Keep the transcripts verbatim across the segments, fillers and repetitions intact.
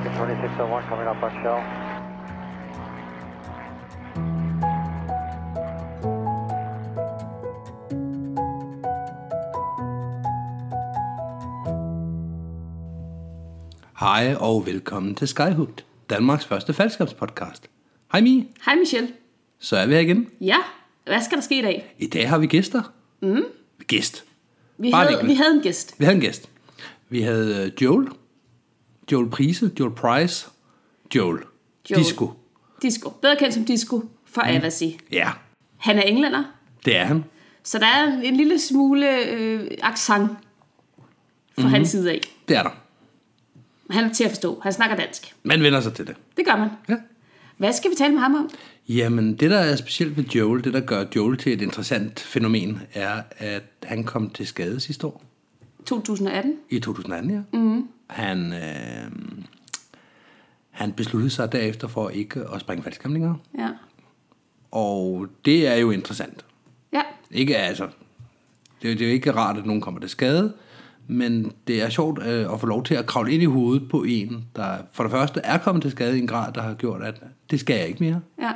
American twenty-six oh one coming up on shell. Hej og velkommen til Skyhooked, Danmarks første faldskabspodcast. Hej Mie. Hej Michelle. Så er vi her igen. Ja, hvad skal der ske i dag? I dag har vi gæster. Mm. Gæst. Vi havde, vi havde en gæst. Vi havde en gæst. Vi havde Joel. Joel Prise. Joel Price. Joel. Joel. Disco. Disco. Bedre kendt som Disco fra mm. Avasi. Ja. Han er englænder. Det er han. Så der er en lille smule øh, accent fra mm-hmm. hans side af. Det er der. Han er til at forstå. Han snakker dansk. Man vender sig til det. Det gør man. Ja. Hvad skal vi tale med ham om? Jamen, det der er specielt ved Joel, det der gør Joel til et interessant fænomen, er, at han kom til skade sidste år. to tusind atten? I to tusind atten, ja. Mm. Han, øh, han besluttede sig derefter for ikke at springe faldskærm længere. Ja. Og det er jo interessant. Ja. Ikke, altså, det, er, det er jo ikke rart, at nogen kommer til skade, men det er sjovt øh, at få lov til at kravle ind i hovedet på en, der for det første er kommet til skade i en grad, der har gjort, at det skal jeg ikke mere. Ja.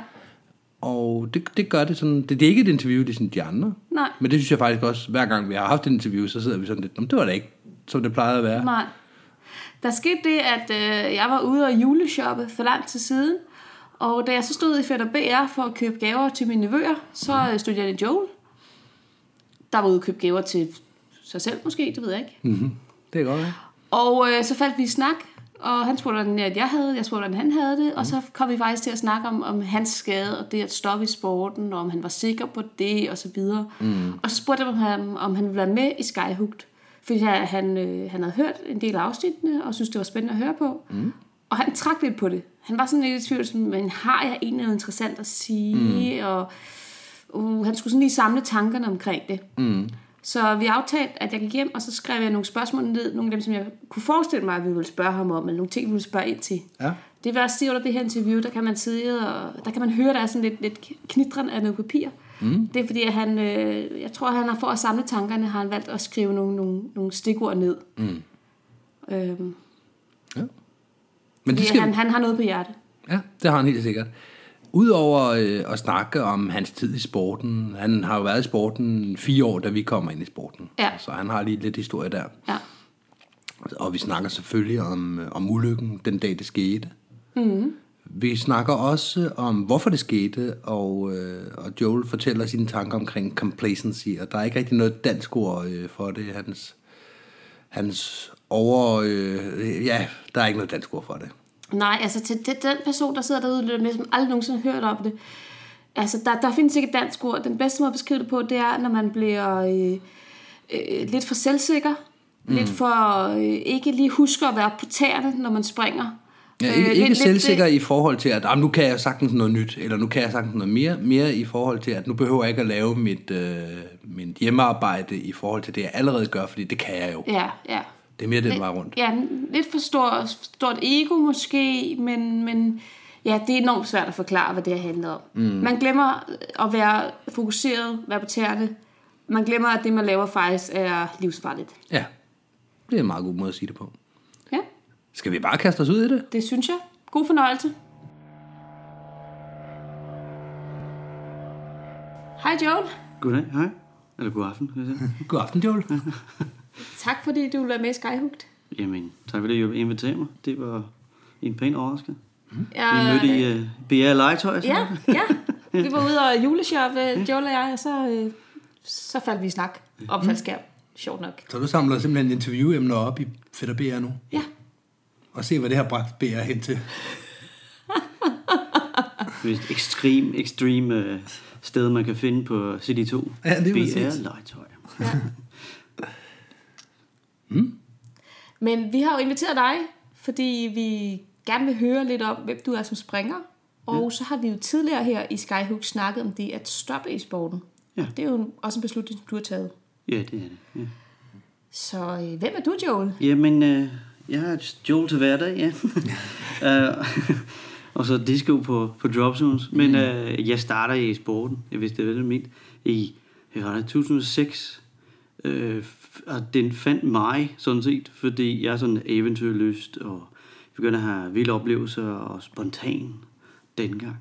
Og det, det gør det sådan, det, det er ikke et interview, det er sådan de andre. Nej. Men det synes jeg faktisk også, hver gang vi har haft et interview, så sidder vi sådan lidt, det var da ikke, som det plejede at være. Nej. Der skete det, at øh, jeg var ude og juleshoppe for lang tid siden, og da jeg så stod i Fætter B R for at købe gaver til mine nevøer, så øh, stod jeg i Joel, der var ude og købe gaver til sig selv måske, det ved jeg ikke. Mm-hmm. Det er godt, ja. Og øh, så faldt vi i snak, og han spurgte, hvordan jeg havde, jeg spurgte, hvordan han havde det, og så kom vi faktisk til at snakke om, om hans skade, og det at stoppe i sporten, og om han var sikker på det, og så videre. Mm. Og så spurgte jeg ham, om han ville være med i Skyhooked, fordi han, øh, han havde hørt en del af afsnittene, og synes det var spændende at høre på. Mm. Og han trak lidt på det. Han var sådan lidt i tvivl, men har jeg egentlig noget interessant at sige? Mm. Og uh, han skulle sådan lige samle tankerne omkring det. Mm. Så vi aftalte, at jeg gik hjem, og så skrev jeg nogle spørgsmål ned, nogle af dem, som jeg kunne forestille mig, at vi ville spørge ham om, eller nogle ting, vi ville spørge ind til. Ja. Det vil også sige, under det her interview, der kan man sidde, og der kan man høre, der er sådan lidt, lidt knitren af noget papir. Mm. Det er fordi, at han, øh, jeg tror, at han har for at samle tankerne, har han valgt at skrive nogle, nogle, nogle stikord ned. Mm. Øhm, ja. Men det skal... han, han har noget på hjertet. Ja, det har han helt sikkert. Udover øh, at snakke om hans tid i sporten, han har jo været i sporten fire år, da vi kommer ind i sporten. Ja. Så han har lige lidt historie der. Ja. Og vi snakker selvfølgelig om, om ulykken, den dag det skete. Mm. Vi snakker også om, hvorfor det skete, og, øh, og Joel fortæller sine tanker omkring complacency, og der er ikke rigtig noget dansk ord øh, for det. Hans, hans over... Øh, ja, der er ikke noget dansk ord for det. Nej, altså til, til den person, der sidder derude og lytter med, som aldrig nogensinde har hørt om det. Altså, der, der findes ikke et dansk ord. Den bedste måde at beskrive det på, det er, når man bliver øh, øh, lidt for selvsikker. Mm. Lidt for øh, ikke lige husker at være på tæerne, når man springer. Ja, ikke, øh, ikke lidt, selvsikker lidt, i forhold til, at ah, nu kan jeg sagtens noget nyt, eller nu kan jeg sagtens noget mere. Mere i forhold til, at nu behøver jeg ikke at lave mit, øh, mit hjemmearbejde i forhold til det, jeg allerede gør, fordi det kan jeg jo. Ja, ja. Det er mere den vej rundt. Ja, lidt for stor, stort ego måske, men, men ja, det er enormt svært at forklare, hvad det her handler om. Mm. Man glemmer at være fokuseret, være på tæerne. Man glemmer, at det, man laver faktisk er livsfarligt. Ja, det er en meget god måde at sige det på. Ja. Skal vi bare kaste os ud i det? Det synes jeg. God fornøjelse. Hej Joel. Goddag, hej. Eller god aften. God aften, Joel. Tak fordi du ville være med i Skyhooked. Jamen, tak fordi du inviterede mig. Det var en pæn overraskelse. Mm. Ja, vi mødte i uh, B R Legetøj. Ja, ja. Vi var ude og juleshoppe, Joel og jeg, og så, øh, så faldt vi i snak om faldskærm. Sjovt nok. Så du samler simpelthen interviewemner op i Fætter B R nu? Ja. Og se, hvad det har bragt B R hen til. Det er et ekstrem, ekstrem uh, sted, man kan finde på C D to. Ja, det er B R Legetøj. Ja. Mm. Men vi har jo inviteret dig, fordi vi gerne vil høre lidt om, hvem du er som springer. Og ja. Så har vi jo tidligere her i Skyhooked snakket om det at stoppe i sporten. Ja. Det er jo også en beslutning, du har taget. Ja, det er det. Ja. Så øh, hvem er du, Joel? Jamen, øh, jeg er Joel til hverdag, ja. uh, og så disco på, på drop zones. Men øh, jeg starter i sporten, jeg vidste det vel mit, i to tusind og seks. Øh, og den fandt mig sådan set, fordi jeg er sådan eventyrlyst, og begyndte at have vilde oplevelser og spontan dengang.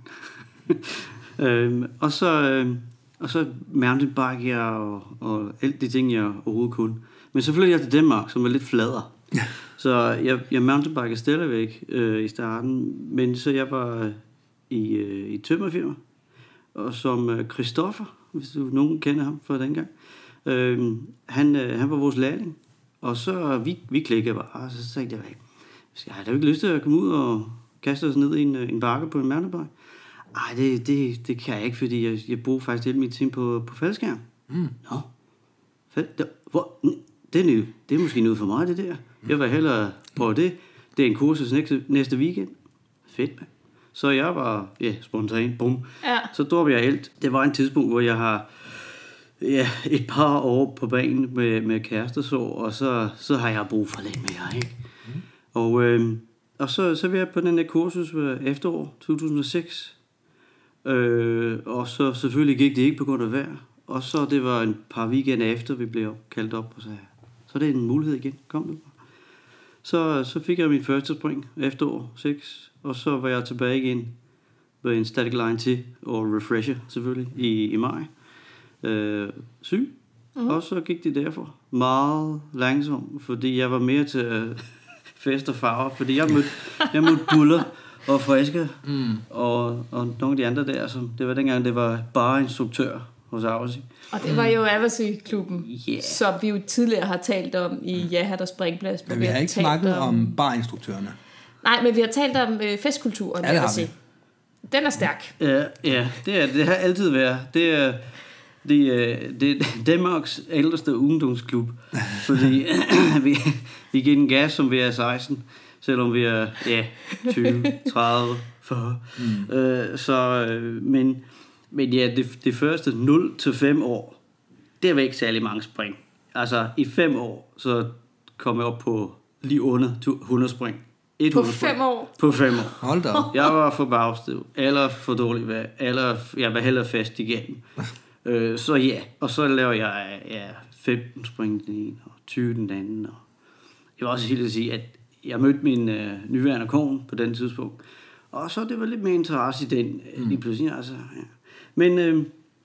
øhm, og så øh, og så mountainbike jeg og, og alt de ting jeg overhovedet kunne. Men så flyttede jeg til Danmark, som er lidt fladere. Så jeg, jeg mountainbiker stadigvæk øh, i starten, men så jeg var i, øh, i tømmerfirma, og som øh, Christoffer, hvis du nogen kender ham fra dengang, øh, han, øh, han var vores lærling, og så vi, vi klikkede bare, og så sagde jeg, jeg har da ikke lyst til at komme ud og kaste os ned i en, en bakke på en mountainbike. Ej, det, det, det kan jeg ikke, fordi jeg, jeg bruger faktisk hele mit tid på, på faldskærm. Mm. Nå, fald, der, hvor, det, er ny, det er måske noget for mig, det der. Jeg vil hellere prøve det. Det er en kursus næste, næste weekend. Fedt, man. Så jeg var, ja, spontan, bum. Ja. Så droppede jeg helt. Det var en tidspunkt, hvor jeg har ja, et par år på banen med, med kærestesår, og så, så har jeg brug for lidt mere, ikke? Mm. Og, øh, og så, så var jeg på den der kursus efterår to tusind og seks. Øh, og så selvfølgelig gik det ikke på grund af vejr. Og så det var en par weekender efter, vi blev kaldt op og sagde, så er det en mulighed igen, kom du. Så, så fik jeg min første spring efterår seks, og så var jeg tilbage igen med en static line til, og refresher selvfølgelig, i, i maj. Øh, syg, mm-hmm. Og så gik det derfor meget langsomt, fordi jeg var mere til øh, fest og farver, fordi jeg mødte, jeg mødte Buller og Friske, mm. og, og nogle af de andre der, som, det var dengang, det var bare instruktør hos Aversi. Og det var jo Aversi-klubben, yeah. som vi jo tidligere har talt om i Jahat og Springplads. Men vi har ikke snakket om, om bare-instruktørerne. Nej, men vi har talt om øh, festkulturen. Ja, det har vi. Den er stærk. Ja, ja det, er, det har altid været. Det er, det er, det er Danmarks ældste ungdomsklub. Fordi vi, vi giver den gas, som vi er seksten, selvom vi er ja, tyve, tredive, fyrre. Mm. Øh, så, øh, men... Men ja, det, det første nul til fem år, det var ikke særlig mange spring. Altså i fem år, så kom jeg op på lige under hundrede spring. På fem år? På fem år. Hold da. Jeg var for bagstiv, eller for dårlig vejr, eller jeg var hellere fast igennem. øh, så ja, og så laver jeg ja, femten spring den ene, og tyve den anden. Og jeg vil også helt at sige, at jeg mødte min øh, nyværende kone på den tidspunkt. Og så det var lidt mere interesse i den mm. lige pludselig. Altså, ja. Men øh,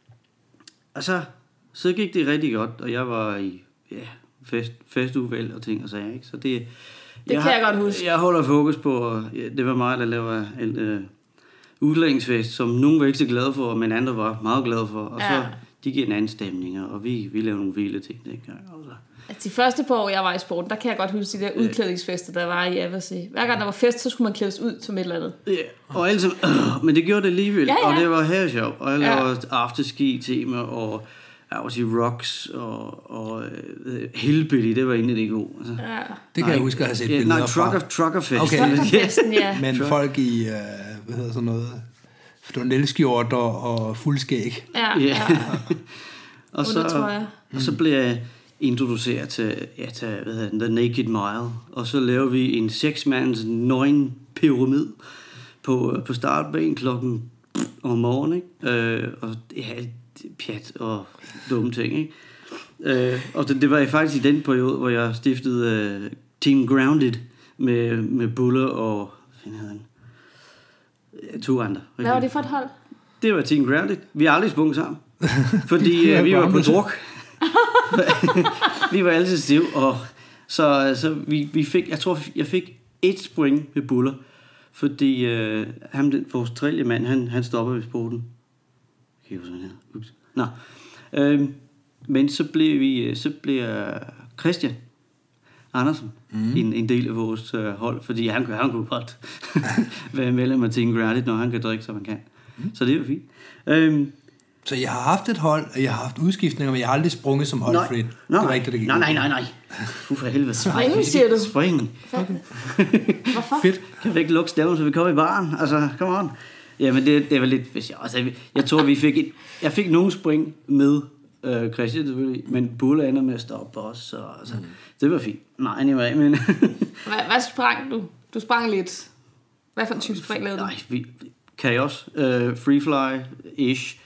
altså, så gik det rigtig godt, og jeg var i ja, fest, festuvalg og ting og sager, ikke? Så det, det jeg kan har, jeg godt huske. Jeg holder fokus på, ja, det var mig, der lavede en øh, udlægningsfest, som nogen var ikke så glade for, men andre var meget glade for, og ja. Så de giver en anden stemning, og vi, vi lavede nogle vilde ting, ikke? Og så, altså, de første par år, jeg var i sporten, der kan jeg godt huske de der udklædningsfester, der var i Aversi. Hver gang der var fest, så skulle man klædes ud som et eller andet. Ja, og altså, øh, men det gjorde det alligevel, ja, ja. Og det var her sjov, og jeg lavede ja. afterski-tema, og Aversi Rocks, og, og uh, Hillbilly, det var egentlig det gode. Altså, ja. Det kan nej, jeg huske at have set ja, billeder nej, fra. Nej, Truckerfest. Okay. Truckerfesten, ja. Men folk i, uh, hvad hedder sådan noget, flanelskjorter og fuldskæg. Ja, ja. og, så, og så blev jeg introduceret til, ja, til hvad hedder den, The Naked Mile, og så laver vi en seksmands nøgen pyramid på, på startbanen klokken om morgenen, ikke? Øh, og ja, pjat og dumme ting, ikke? Øh, og det, det var faktisk i den periode, hvor jeg stiftede uh, Team Grounded med, med Buller og hvad hedder han? To andre. Hvad var det for et hold? Det var Team Grounded. Vi har aldrig sprunget sammen, fordi uh, vi var på druk. Vi var altid stiv, og så, så vi, vi fik, jeg tror, jeg fik et spring med Buller, fordi øh, ham, den, vores tredje mand, han, han stopper ved sporten. Okay, sådan her. Ups. Nå. Øhm, men så blev vi, så blev Christian Andersen mm. en, en del af vores øh, hold, fordi han, han kunne godt være medlem af Team Grounded, når han kan drikke, som han kan. Mm. Så det var fint. Øhm, Så jeg har haft et hold, og jeg har haft udskiftninger, men jeg har aldrig sprunget som holdfrit. Det var ikke det, der gik. Nej, nej, nej, nej. Fy for helvede. Springen, siger du? Springen. Hvorfor? Fedt. Kan vi ikke lukke stemmen, så vi kommer i baren? Altså, come on. Jamen, det, det var lidt... Hvis jeg, altså, jeg tror, vi fik... Et, jeg fik nogle spring med øh, Christian, selvfølgelig, men Bulle ender med at stoppe os, så altså, mm. det var fint. Nej, anyway, men... hvad, hvad sprang du? Du sprang lidt... Hvad for en type spring lavede du? Nej, vi, kaos. Uh, free fly-ish.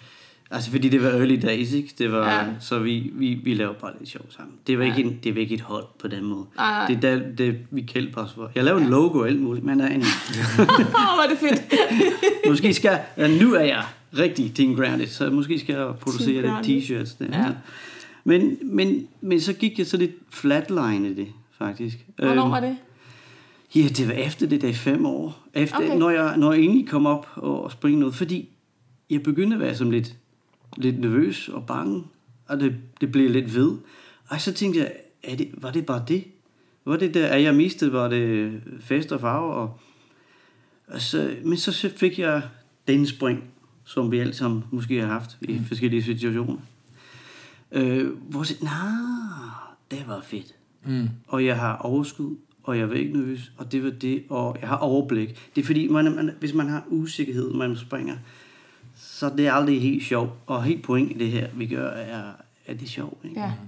Altså fordi det var early days, ikke? Det var, ja. Så vi, vi, vi lavede bare lidt sjov sammen. Det var, ja. ikke, en, det var ikke et hold på den måde. Nej. Det er der, det, vi kældte os for. Jeg lavede en logo og alt muligt, men er en... Åh, hvor er det fedt. Måske skal... Ja, nu er jeg rigtig Team Grounded, så måske skal jeg producere lidt t-shirts. Der. Ja. Men, men, men så gik jeg så lidt flatline i det, faktisk. Hvornår øhm, var det? Ja, det var efter det der fem år. Efter, Okay. når, jeg, når jeg egentlig kom op og, og springe noget, fordi jeg begyndte at være som lidt, lidt nervøs og bange, og det, det blev lidt ved. Og så tænkte jeg, er det, var det bare det? Var det der, at jeg mistede, var det fest og farve? Og, og så, men så fik jeg den spring, som vi alle sammen måske har haft i mm. forskellige situationer. Øh, hvor jeg nej, det var fedt. Mm. Og jeg har overskud, og jeg var ikke nervøs, og det var det, og jeg har overblik. Det er fordi, man, man, hvis man har usikkerhed, man springer, så det er aldrig helt sjovt. Og helt point i det her, vi gør, er, er det sjovt. Ikke? Ja.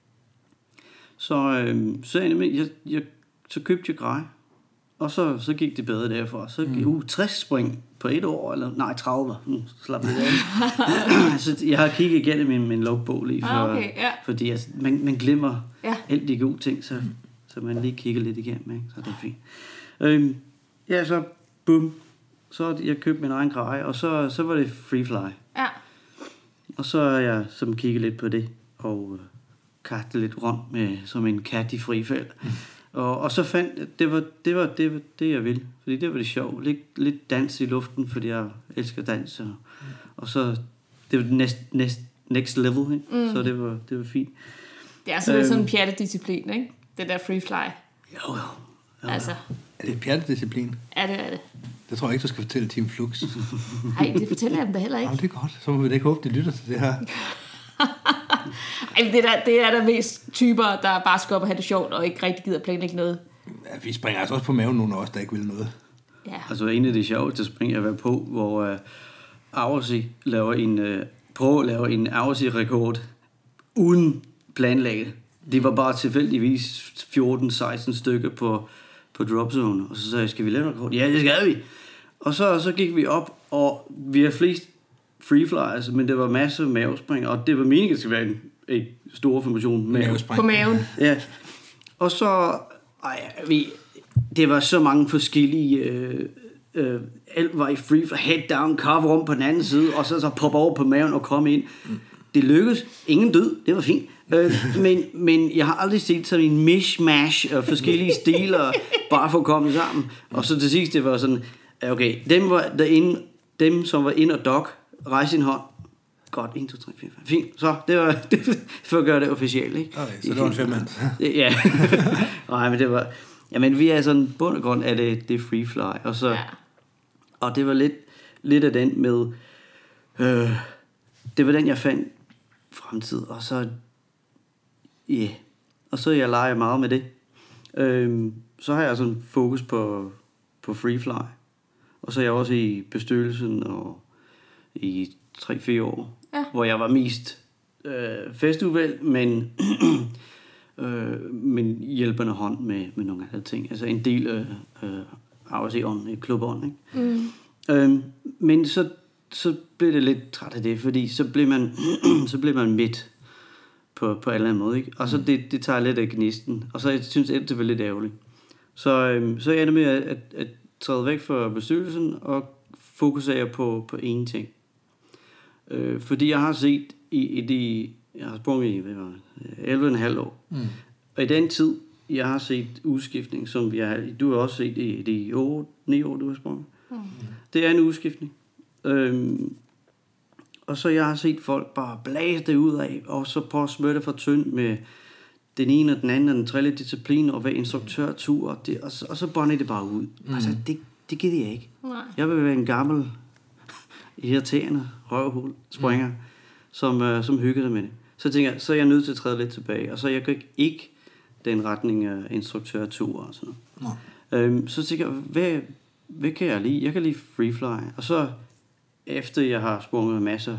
Så, øhm, så, jeg, jeg, så købte jeg grej, og så, så gik det bedre derfra. Så gik mm. uh, tres spring på et år, eller nej, tredive. Nu slap jeg af. Så jeg har kigget igennem min, min logbog lige, for, ah, okay, ja. fordi altså, man, man glemmer ja. alt de gode ting, så, så man lige kigger lidt igennem, ikke? Så det er fint. Øhm, ja, så bum, så jeg købte min egen grej, og så, så var det free fly. Ja. Og så har jeg som kigget lidt på det, og øh, kastet lidt rundt med, som en kat i frifald. Mm. Og, og så fandt det var det var det var det jeg ville, fordi det var det sjovt. Lidt lidt dans i luften, fordi jeg elsker dans, og, mm. og så det var næst næst next level, ikke? Mm. Så det var det var fint. Det er altså øhm, lidt sådan en pjattedisciplin, ikke? Det der free fly. Jo, jo. jo. Altså. Er det pjattedisciplin? Ja, det er det. Det tror jeg ikke, du skal fortælle Team Flux. Nej, det fortæller jeg dem da heller ikke. Jamen, det er godt. Så må vi da ikke håbe, de lytter til det her. Ej, det, der, det er der mest typer, der bare skal op og have det sjovt, og ikke rigtig gider planlægge noget. Ja, vi springer altså også på maven, nogle af os, der ikke vil noget. Ja. Altså en af de sjoveste spring, jeg har været på, hvor uh, Aarhusi laver en, uh, prøver at lave en Aarhusi-rekord uden planlægge. Det var bare tilfældigvis fjorten seksten stykker på, på dropzone, og så sagde jeg, skal vi lave en rekord? Ja, det skal vi. Og så, så gik vi op, og vi har flest free flyers, men det var masser af mavespring, og det var meningen, at det skulle være en, en stor formation mavespring. På maven. Ja. Og så, ej, vi, det var så mange forskellige, øh, øh, alt var i free fly, head down, cover om på den anden side, og så, så poppe over på maven og komme ind. Mm. Det lykkedes. Ingen død. Det var fint. Øh, men, men jeg har aldrig set sådan en mishmash af forskellige stiler, bare for at komme sammen. Og så til sidst, det var sådan, okay, dem, var derinde, dem som var ind og dog, rejse sin hånd. Godt, en, to, tre, fire, fem. Fint. Så det var det, for at gøre det officielt, ikke? Okay, så det var en femmand. Ja. Nej, men det var... Jamen, vi er sådan, bund og grund af det, det free fly. Og så... Ja. Og det var lidt, lidt af den med... Øh, det var den, jeg fandt fremtid. Og så... Ja. Yeah. Og så jeg leger meget med det. Øh, så har jeg sådan fokus på, på free fly. Og så er jeg også i bestyrelsen og i tre fire år, ja. Hvor jeg var mest øh, festudvalg, men, øh, men hjælpende hånd med, med nogle andre ting. Altså en del af øh, arbejdsånd, et klubånd. Ikke? Mm. Øh, men så, så blev det lidt træt af det, fordi så blev man, så blev man midt på, på en eller anden måde. Ikke? Og så det, det tager lidt af gnisten. Og så jeg synes jeg, det var lidt ærgerligt. Så, øh, så jeg ender med at, at, at træde væk fra bestyrelsen og fokusere på, på én ting. Øh, fordi jeg har set i, i de, jeg har sprunget i elleve komma fem år, mm. og i den tid, jeg har set udskiftning, som vi har, du har også set i de otte ni år, du har sprunget. Mm. Det er en udskiftning. Øhm, og så jeg har set folk bare blæse det ud af, og så på smøtte for tynd med den ene og den anden og den tredje disciplin, og hver instruktørtur, og, det, og, så, og så brænder det bare ud. Mm. Altså, det, det gider jeg ikke. Nej. Jeg vil være en gammel, irriterende røvhul springer, mm. som, uh, som hygger sig med det. Så tænker jeg, så er jeg nødt til at træde lidt tilbage, og så jeg kan ikke den retning af instruktørtur og sådan noget. Mm. Øhm, så tænker jeg, hvad, hvad kan jeg lide? Jeg kan lide freefly, og så efter jeg har sprunget masser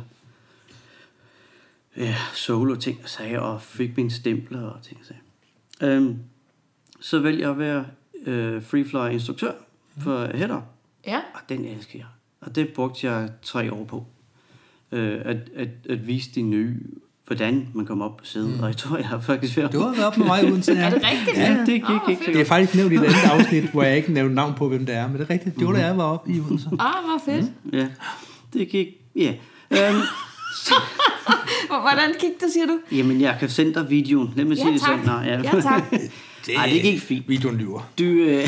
ja, solo ting og sager, og fik mine stempler og ting og sager, øhm, så vælger jeg at være øh, freefly instruktør for header. Ja. Og den elsker jeg. Og det brugte jeg tre år på. øh, at, at, at vise de nye, hvordan man kommer op på sædet. Mm. Og jeg tror, jeg har faktisk været... Du har været op med mig uden til. Er det rigtigt? Ja, det gik oh, ikke. Det er faktisk nævnt i et andet afsnit, hvor jeg ikke nævnte navn på, hvem det er. Men det er rigtigt. Det var, da jeg var oppe i Odense. Ah, hvor fedt. Mm. Ja, det gik... Ja. Um, Hvordan gik det, siger du? Jamen, jeg kan sende dig videoen. Lad mig ja, sige det tak. sådan. Nej, ja. ja, tak. Nej, det gik fint. Videoen lyver. Du... Øh...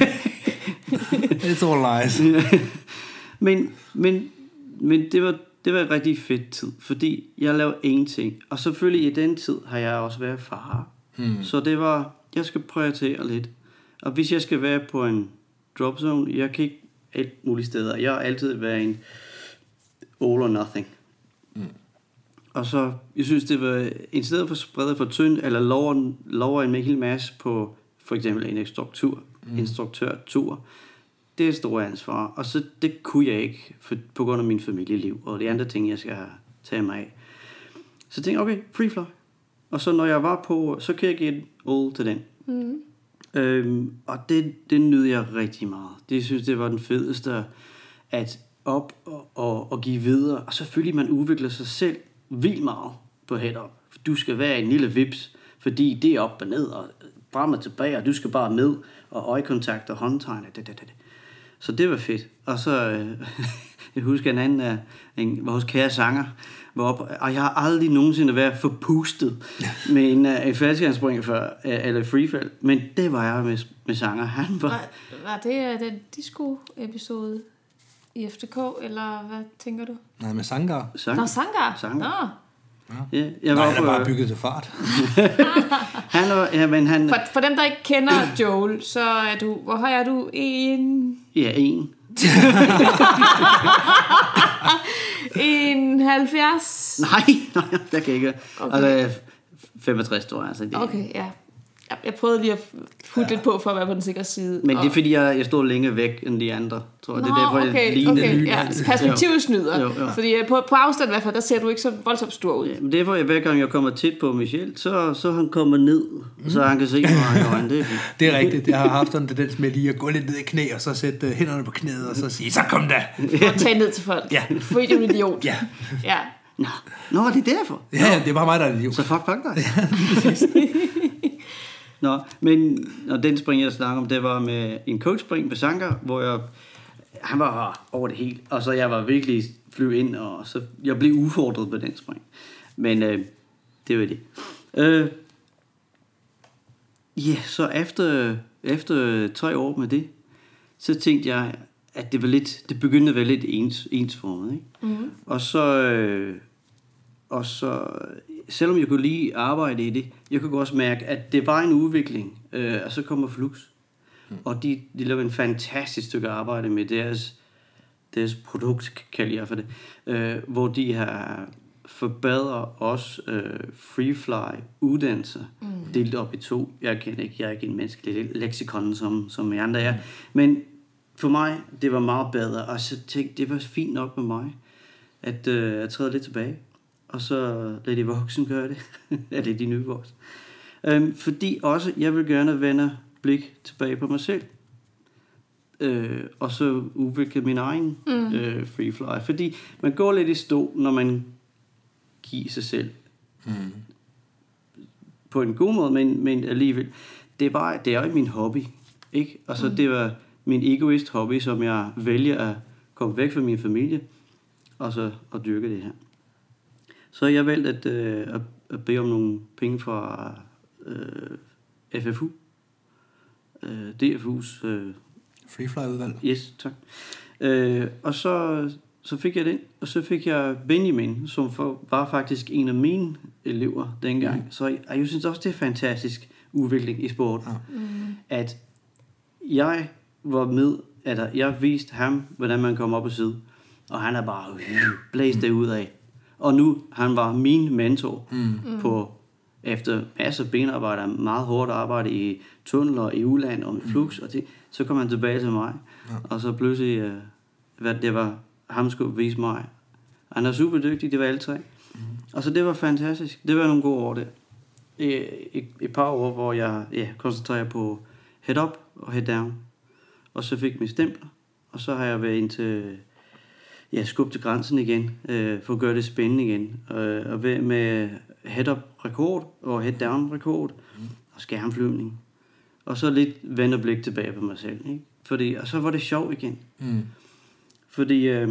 It's all lies. men, men, men det var... Det var en rigtig fedt tid, fordi jeg lavede én ting. Og selvfølgelig i den tid har jeg også været far. Mm. Så det var, jeg skal prioritere lidt. Og hvis jeg skal være på en drop zone, jeg kan ikke alt mulige steder. Jeg har altid været en all or nothing. Mm. Og så, jeg synes det var, i stedet for sprede for tynd, eller lover, lover en hel masse på for eksempel en instruktør, mm. instruktørtur, det er et stort ansvar, og så det kunne jeg ikke, for, på grund af min familieliv, og de andre ting, jeg skal tage mig af. Så tænkte jeg, okay, free fly. Og så når jeg var på, så kan jeg give et all til den. Mm. Øhm, og det, det nød jeg rigtig meget. Det synes det var den fedeste, at op og, og, og give videre. Og selvfølgelig man udvikler sig selv vildt meget på head-up. Du skal være en lille vips, fordi det er op og ned, og frem og tilbage, og du skal bare med, og øjekontakt og håndtegn. Det, det, det. Så det var fedt. Og så, øh, jeg husker en anden af en, vores kære sanger, var op, og jeg har aldrig nogensinde været forpustet med en, en faldskærmsspringer før, eller freefald, men det var jeg med, med sanger. Han var... Var, var det den disco-episode i F D K, eller hvad tænker du? Nej, med Sangar. Sangar. Nå, Sangar. Sangar. Ja. Ja, jeg var Nej, han er bare bygget til fart. han var, ja, men han... For, for dem, der ikke kender Joel, så er du... Hvor høj er du? En... Ja, en. en halvfjerds? Nej, nej, der kan ikke. Okay. Altså, femogtres tror jeg. Altså, det... Okay, ja. Jeg prøvede lige at putte ja. lidt på, for at være på den sikre side. Men det er fordi, jeg, jeg stod længere væk end de andre, tror jeg. Nå, det er derfor, okay, jeg ligner okay. lyden. Ja, perspektivet snyder. Jo, jo. Fordi på, på afstand i hvert fald, der ser du ikke så voldsomt stor ud. Ja, men derfor, jeg, hver gang jeg kommer tæt på Michel, så, så han kommer ned, mm. så han kan se mig i øjnene. Det er fint. Det er rigtigt. Jeg har haft en tendens med lige at gå lidt ned i knæ, og så sætte hænderne på knæet, og så sige, så kom da. Og tage ned til folk. Ja. For ikke en idiot. Ja. Ja. Nå, Nå, det er derfor. Ja, det var mig, der er idiot. Så fuck, fuck dig. Nå, men og den spring, jeg snakker om, det var med en coachspring på Sangar, hvor jeg, han var over det hele, og så jeg var virkelig flyv ind, og så jeg blev udfordret på den spring. Men øh, det var det. Øh, ja, yeah, så efter, efter tre år med det, så tænkte jeg, at det var lidt, det begyndte at være lidt ens, ensformet, ikke? Mm-hmm. Og så, øh, og så selvom jeg kunne lige arbejde i det, jeg kunne også mærke, at det var en udvikling, øh, og så kommer Flux. Mm. Og de, de lavede en fantastisk stykke arbejde med deres, deres produkt, kalder jeg for det, øh, hvor de har forbedret også øh, freefly uddannelser, mm. delt op i to. Jeg kender ikke, jeg er ikke en menneskelig leksikon, som, som jeg andre er, mm. men for mig, det var meget bedre, og så tænkte det var fint nok med mig, at øh, jeg træder lidt tilbage. Og så lader de voksen gøre det. Ja, det er de nye voksen. Øhm, fordi også, jeg vil gerne vende blik tilbage på mig selv. Øh, og så udvikle min egen mm. øh, free fly. Fordi man går lidt i stå, når man giver sig selv. Mm. På en god måde, men, men alligevel. Det er, bare, det er jo min hobby. Ikke? Og så mm. det var min egoist hobby, som jeg vælger at komme væk fra min familie. Og så at dyrke det her. Så jeg valgte at, øh, at, at bede om nogle penge fra øh, F F U. Øh, D F U's... Øh, Freefly-udvalg. Yes, tak. Øh, og så, så fik jeg den, og så fik jeg Benjamin, som for, var faktisk en af mine elever dengang. Mm. Så jeg, jeg synes også, det er fantastisk udvikling i sport. Mm. At jeg var med, at jeg viste ham, hvordan man kom op og sidde. Og han er bare øh, blæst det ud af. Og nu, han var min mentor mm. på, efter masser af benarbejde, meget hårdt arbejde i tunneler, i udland og med Flux, mm. og det, så kom han tilbage til mig, ja. Og så pludselig, uh, hvad det var, ham skulle vise mig. Han er super dygtig, det var alle tre. Mm. Og så det var fantastisk. Det var nogle gode år der. Et, et, et par år, hvor jeg ja, koncentrerer på head up og head down. Og så fik jeg mine stempler, og så har jeg været ind til ja, skubbe til grænsen igen, øh, for at gøre det spændende igen. Øh, og med head-up rekord og head-down rekord og skærmflyvning. Og så lidt vend og blik tilbage på mig selv. Ikke? Fordi, og så var det sjovt igen. Mm. Fordi, øh,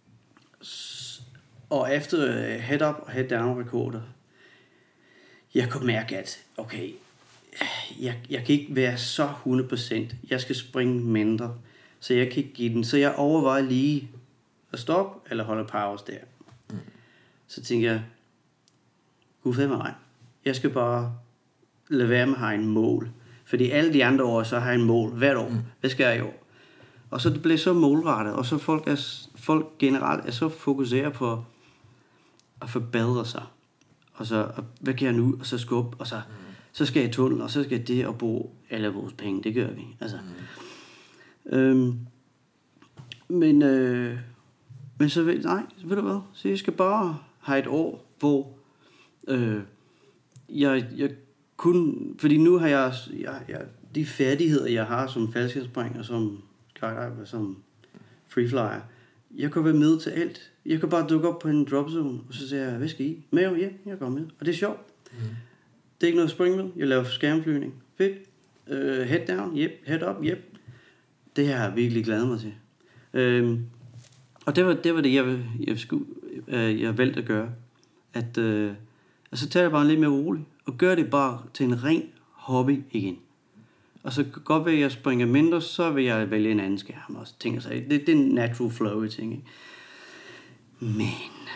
og efter head-up og head-down rekorder, jeg kunne mærke, at okay, jeg, jeg kan ikke være så hundrede procent. Jeg skal springe mindre, så jeg kan ikke give den. Så jeg overvejer lige at stoppe eller holde pause der. Mm. Så tænker jeg, gud fed mig, jeg skal bare lade være med at have en mål. Fordi alle de andre år, så har jeg en mål hvert år. Mm. Hvad skal jeg i år? Og så det blev så målrettet, og så folk, er, folk generelt er så fokuseret på at forbedre sig. Og så, og hvad kan jeg nu? Og så skubbe, og så, mm. så skal jeg i tunnel, og så skal jeg det og bruge alle vores penge. Det gør vi. Altså. Mm. Øhm, men, øh, men så ved, nej, ved du hvad? Så jeg skal bare have et år, hvor øh, jeg, jeg kun, fordi nu har jeg, jeg, jeg de færdigheder, jeg har som faldskærmsspringer, som skydiver, som freeflyer, jeg kan være med til alt. Jeg kan bare dukke op på en dropzone, og så siger jeg, hvad skal I? Med? Ja, jeg går med. Og det er sjovt. Mm. Det er ikke noget spring med. Jeg laver skærmflyvning. Fedt. Uh, head down, yep. Head up, yep. Det har jeg virkelig glædet mig til. Uh, og det var det, var det jeg, jeg, skulle, uh, jeg valgte at gøre. At, uh, og så tager jeg bare lidt mere roligt, og gør det bare til en ren hobby igen. Og så godt ved, at jeg springer mindre, så vil jeg vælge en anden skærm og tænker sig. Det, det er en natural flow i ting, ikke? Men...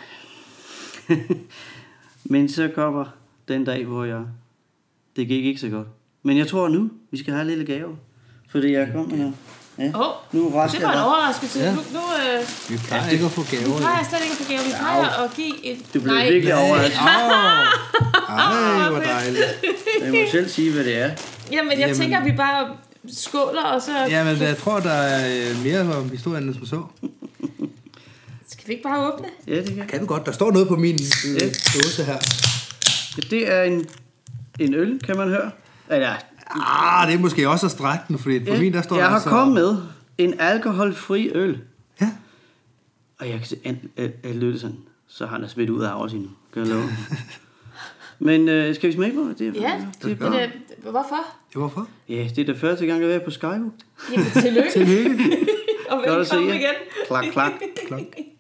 Men så kommer den dag, hvor jeg... Det gik ikke så godt. Men jeg tror nu, vi skal have en lille gave. Fordi jeg kommer her. Ja. Oh, nu det var en overraskelse. Ja. Nu, nu, øh, vi plejer ikke at få gaver. Vi plejer slet ikke at få gaver. Vi plejer ja. at give et... Du blev virkelig overrasket. Ej, hvor dejligt. Jeg må selv sige, hvad det er. Jamen, jeg Jamen, tænker, at vi bare skåler, og så... Jamen, jeg tror, der er mere om historien, end som så. Skal vi ikke bare åbne? Ja, det kan. Kan du godt. Der står noget på min øh, ja. dåse her. Det er en, en øl, kan man høre. Eller... Ah, det er måske også at strække den, fordi på ja, min der står jeg der har så... kommet med en alkoholfri øl. Ja. Og jeg kan se, at, at, at lytte sådan, så har han smidt ud af os endnu. Kan jeg love. Men øh, skal vi smage på det? Det er, ja, det er, det er, hvorfor? Ja, hvorfor? Ja, det er det første gang, jeg er på Skyhook. Jamen, tillykke. Tillykke. Og velkommen igen. Klak, klak. klak.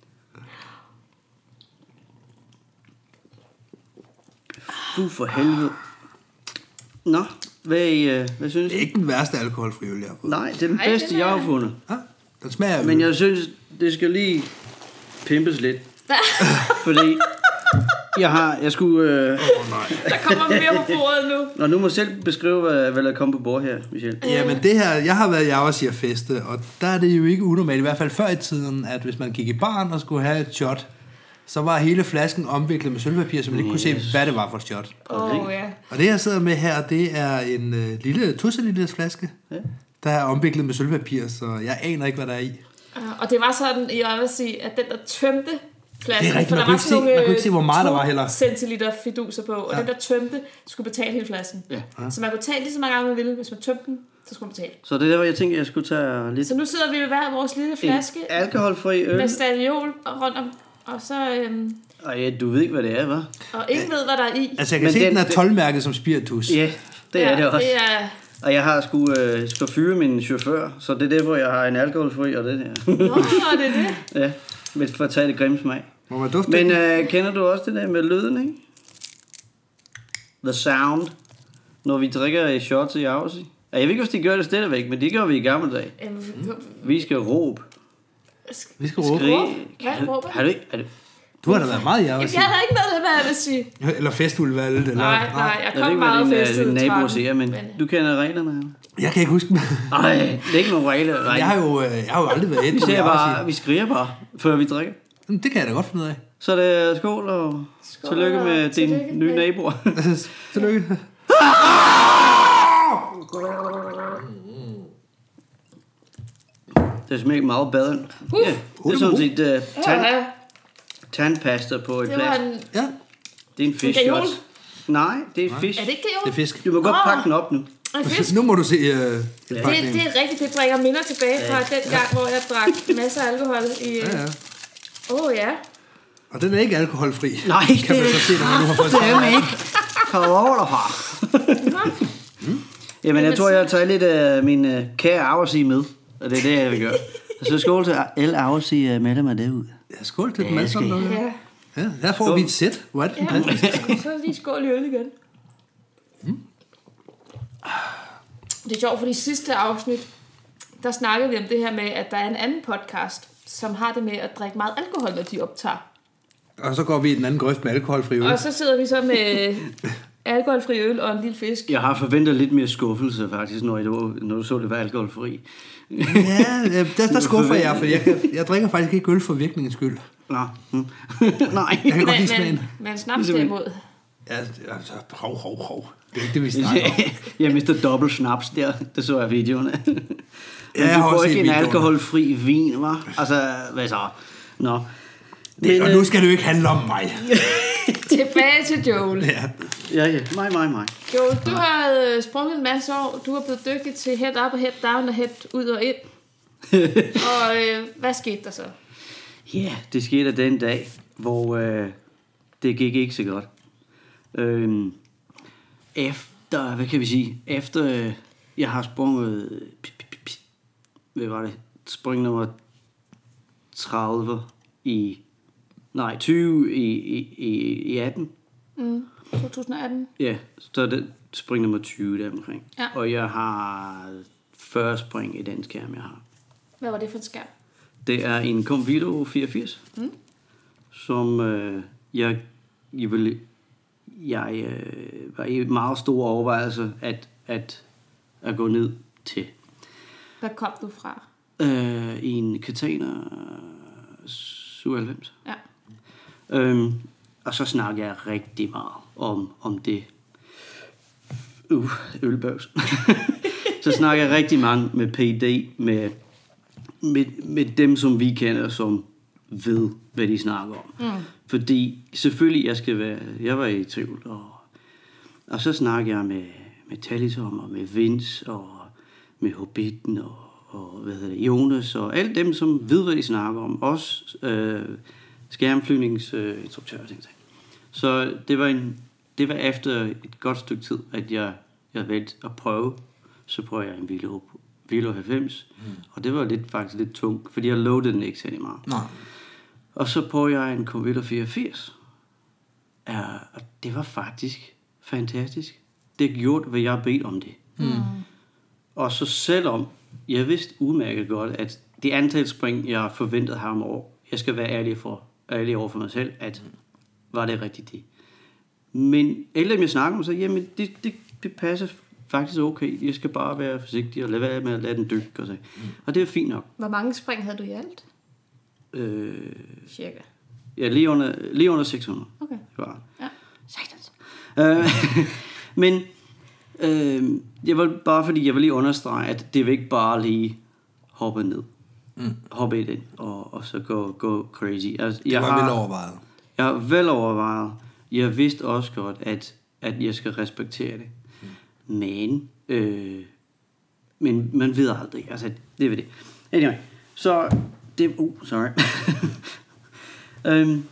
Fu for helvede. Nå, hvad, øh, hvad synes du? Det er ikke den værste alkoholfri øl, jeg har fået. Nej, det er den bedste, den er... jeg har fundet. Ja, den smager. Men jeg synes, det skal lige pimpes lidt. Fordi jeg har, jeg skulle... Øh... Oh, nej. Der kommer mere på bordet nu. Nå, nu må jeg selv beskrive, hvad, hvad der kommer på bordet her, Michelle. Ja, men det her, jeg har været i Aarhus feste, og der er det jo ikke unormalt, i hvert fald før i tiden, at hvis man gik i baren og skulle have et shot, så var hele flasken omviklet med sølvpapir, så man ikke yes. kunne se, hvad det var for et shot. Oh, yeah. Og det, jeg sidder med her, det er en øh, lille to liters flaske, ja. der er omviklet med sølvpapir, så jeg aner ikke, hvad der er i. Uh, og det var sådan, jeg vil sige, at den, der tømte flasken, det er rigtigt, for der man var sådan nogle man kunne ikke se, hvor meget der var heller. centiliter fiduser på, og ja. den, der tømte, skulle betale hele flasken. Ja. Ja. Så man kunne tage lige så mange gange, man ville. Hvis man tømte den, så skulle man betale. Så det er der, jeg tænkte, jeg skulle tage lidt... Så nu sidder vi ved hver vores lille flaske. En alkoholfri øl. Med stadiol rundt om. Og så... Øhm, og ja, du ved ikke, hvad det er, hva'? Og ingen ved, hvad der er i. Altså, jeg kan Men se, den, den er tolv-mærket som spiritus. Ja, det er ja, det også. Det er... Og jeg har sgu øh, skal fyre min chauffør, så det er derfor, jeg har en alkoholfri og det der. Nå, det er det. Ja, med for at tage det grimme smag. Må man dufte? Men øh, kender du også det der med lyden, ikke? The sound. Når vi drikker i shots i Aussie. Jeg ved ikke, hvis de gør det stadigvæk, men det gør vi i gamle dage. Vi skal råbe. Vi skal råbe? Hvad råber? Har du ikke... Er det... Du har da været meget i Aussie. Jeg har da ikke noget, hvad jeg vil sige. Eller festudvalget. Eller... Nej, nej, jeg kom meget festet. Jeg ved ikke, hvad din nabo siger, men du kender reglerne. Jeg kan ikke huske dem. Nej, det er ikke nogen regler. Jeg har jo, jeg har jo aldrig været et. Vi siger bare, vi skriger bare, før vi drikker. Det kan jeg da godt finde ud af. Så det er skål, og skål, tillykke med din tillykke. nye naboer. Tillykke. Det smager meget bedre. Uh, ja, det er sådan set uh, tand, tandpasta på et glas. En... Ja. Det er en fish shot. Nej, det er fisk. Er det ikke gavol? Det er fisk. Du må godt pakke den op nu. Nu må du se uh, det, det er rigtigt, det bringer minder tilbage fra ja. den gang, hvor jeg drak masser af alkohol i... Ja, ja. Åh oh, ja. Og den er ikke alkoholfri. Nej, kan det man så se, når man nu har fået det er den ikke. Kom over derfra. mm. Jamen, jeg tror, jeg tager lidt af uh, min uh, kære Aversi med. Og det er det, jeg vil gøre. Og så skål til El Aversi uh, med mig derud. Ja, skål til dem alle sammen. Ja. Ja, her får skål. Vi et sæt. Hvor er det fantastisk. Ja. Så lige skål i øl igen. Mm. Det er sjovt, fordi i sidste afsnit, der snakkede vi om det her med, at der er en anden podcast, som har det med at drikke meget alkohol, når de optager. Og så går vi i den anden grøft med alkoholfri øl. Og så sidder vi så med alkoholfri øl og en lille fisk. Jeg har forventet lidt mere skuffelse faktisk, når, jeg, når du så det var alkoholfri. Ja, der, der skuffer jeg, for jeg, kan, jeg drikker faktisk ikke øl for virkningens skyld. Nå. Hm. Nej. Jeg kan godt lide smagen. Men, men snaps derimod. Ja, altså, hov, hov, hov. Det er ikke det, vi snakker om. Jeg mister dobbelt snaps der, det så jeg videoerne. Men ja, du får ikke en alkoholfri vin, hva'? Altså, hvad så? Nå. Men, og nu skal det jo ikke handle om mig. Tilbage til Joel. Ja, ja, ja. Mig, mig, mig. Joel, du har sprunget en masse år. Du er blevet dygtig til head up og head down og head ud og ind. Og øh, hvad skete der så? Ja, yeah, det skete den dag, hvor øh, det gik ikke så godt. Øhm, efter, hvad kan vi sige, efter øh, jeg har sprunget, hvad var det, spring nummer tredive i, nej, tyve i, i, i atten. Mm, to tusind atten. Ja, så er det spring nummer tyve der omkring. Ja. Og jeg har fyrre spring i den skærm, jeg har. Hvad var det for en skærm? Det er en Convilo fireogfirs, mm. som øh, jeg, jeg, vil, jeg øh, var i meget store overvejelser at, at, at gå ned til. Hvad kom du fra? Øh, I en Katana syvoghalvfems. Ja. Øhm, og så snakker jeg rigtig meget om, om det. Uh, ølbøvs. Så snakker jeg rigtig mange med P D, med, med, med dem, som vi kender, som ved, hvad de snakker om. Mm. Fordi selvfølgelig, jeg skal være, jeg var i tvivl, og, og så snakker jeg med, med Talisom, og med Vince, og med Hobbiten, og, og hvad hedder det, Jonas, og alle dem, som ved, hvad de snakker om. Også øh, skærmflyvningsinstruktører, øh, ting. Så det var, en, det var efter et godt stykke tid, at jeg, jeg valgte at prøve. Så prøvede jeg en Vilo, Vilo halvfems, mm. og det var lidt, faktisk lidt tungt, fordi jeg loadede den ikke særlig meget. Nej. Og så prøvede jeg en Convilo fireogfirs, uh, og det var faktisk fantastisk. Det gjorde, hvad jeg bedte om det. Mm. Og så selvom jeg vidste udmærket godt, at det antal spring, jeg forventede her om år, jeg skal være ærlig, for, ærlig over for mig selv, at var det rigtigt det. Men ellers jeg snakker om, så jamen, det, det, det passer faktisk okay. Jeg skal bare være forsigtig og lade være med at lade den dykke. Og, så. Mm. Og det er fint nok. Hvor mange spring havde du i alt? Øh, Cirka. Ja, lige under, lige under seks hundrede. Okay. Det var. Ja. Satans. Øh, men øh, det var bare fordi, jeg vil lige understrege, at det vil ikke bare lige hoppe ned. Mm. Hoppe i den, og, og så gå, gå crazy. Altså, det jeg var har, vel overvejet. Jeg har vel overvejet. Jeg vidste også godt, at, at jeg skal respektere det. Mm. Men, øh, men man ved aldrig. Altså, det er det. Anyway, så det... Uh, sorry. um,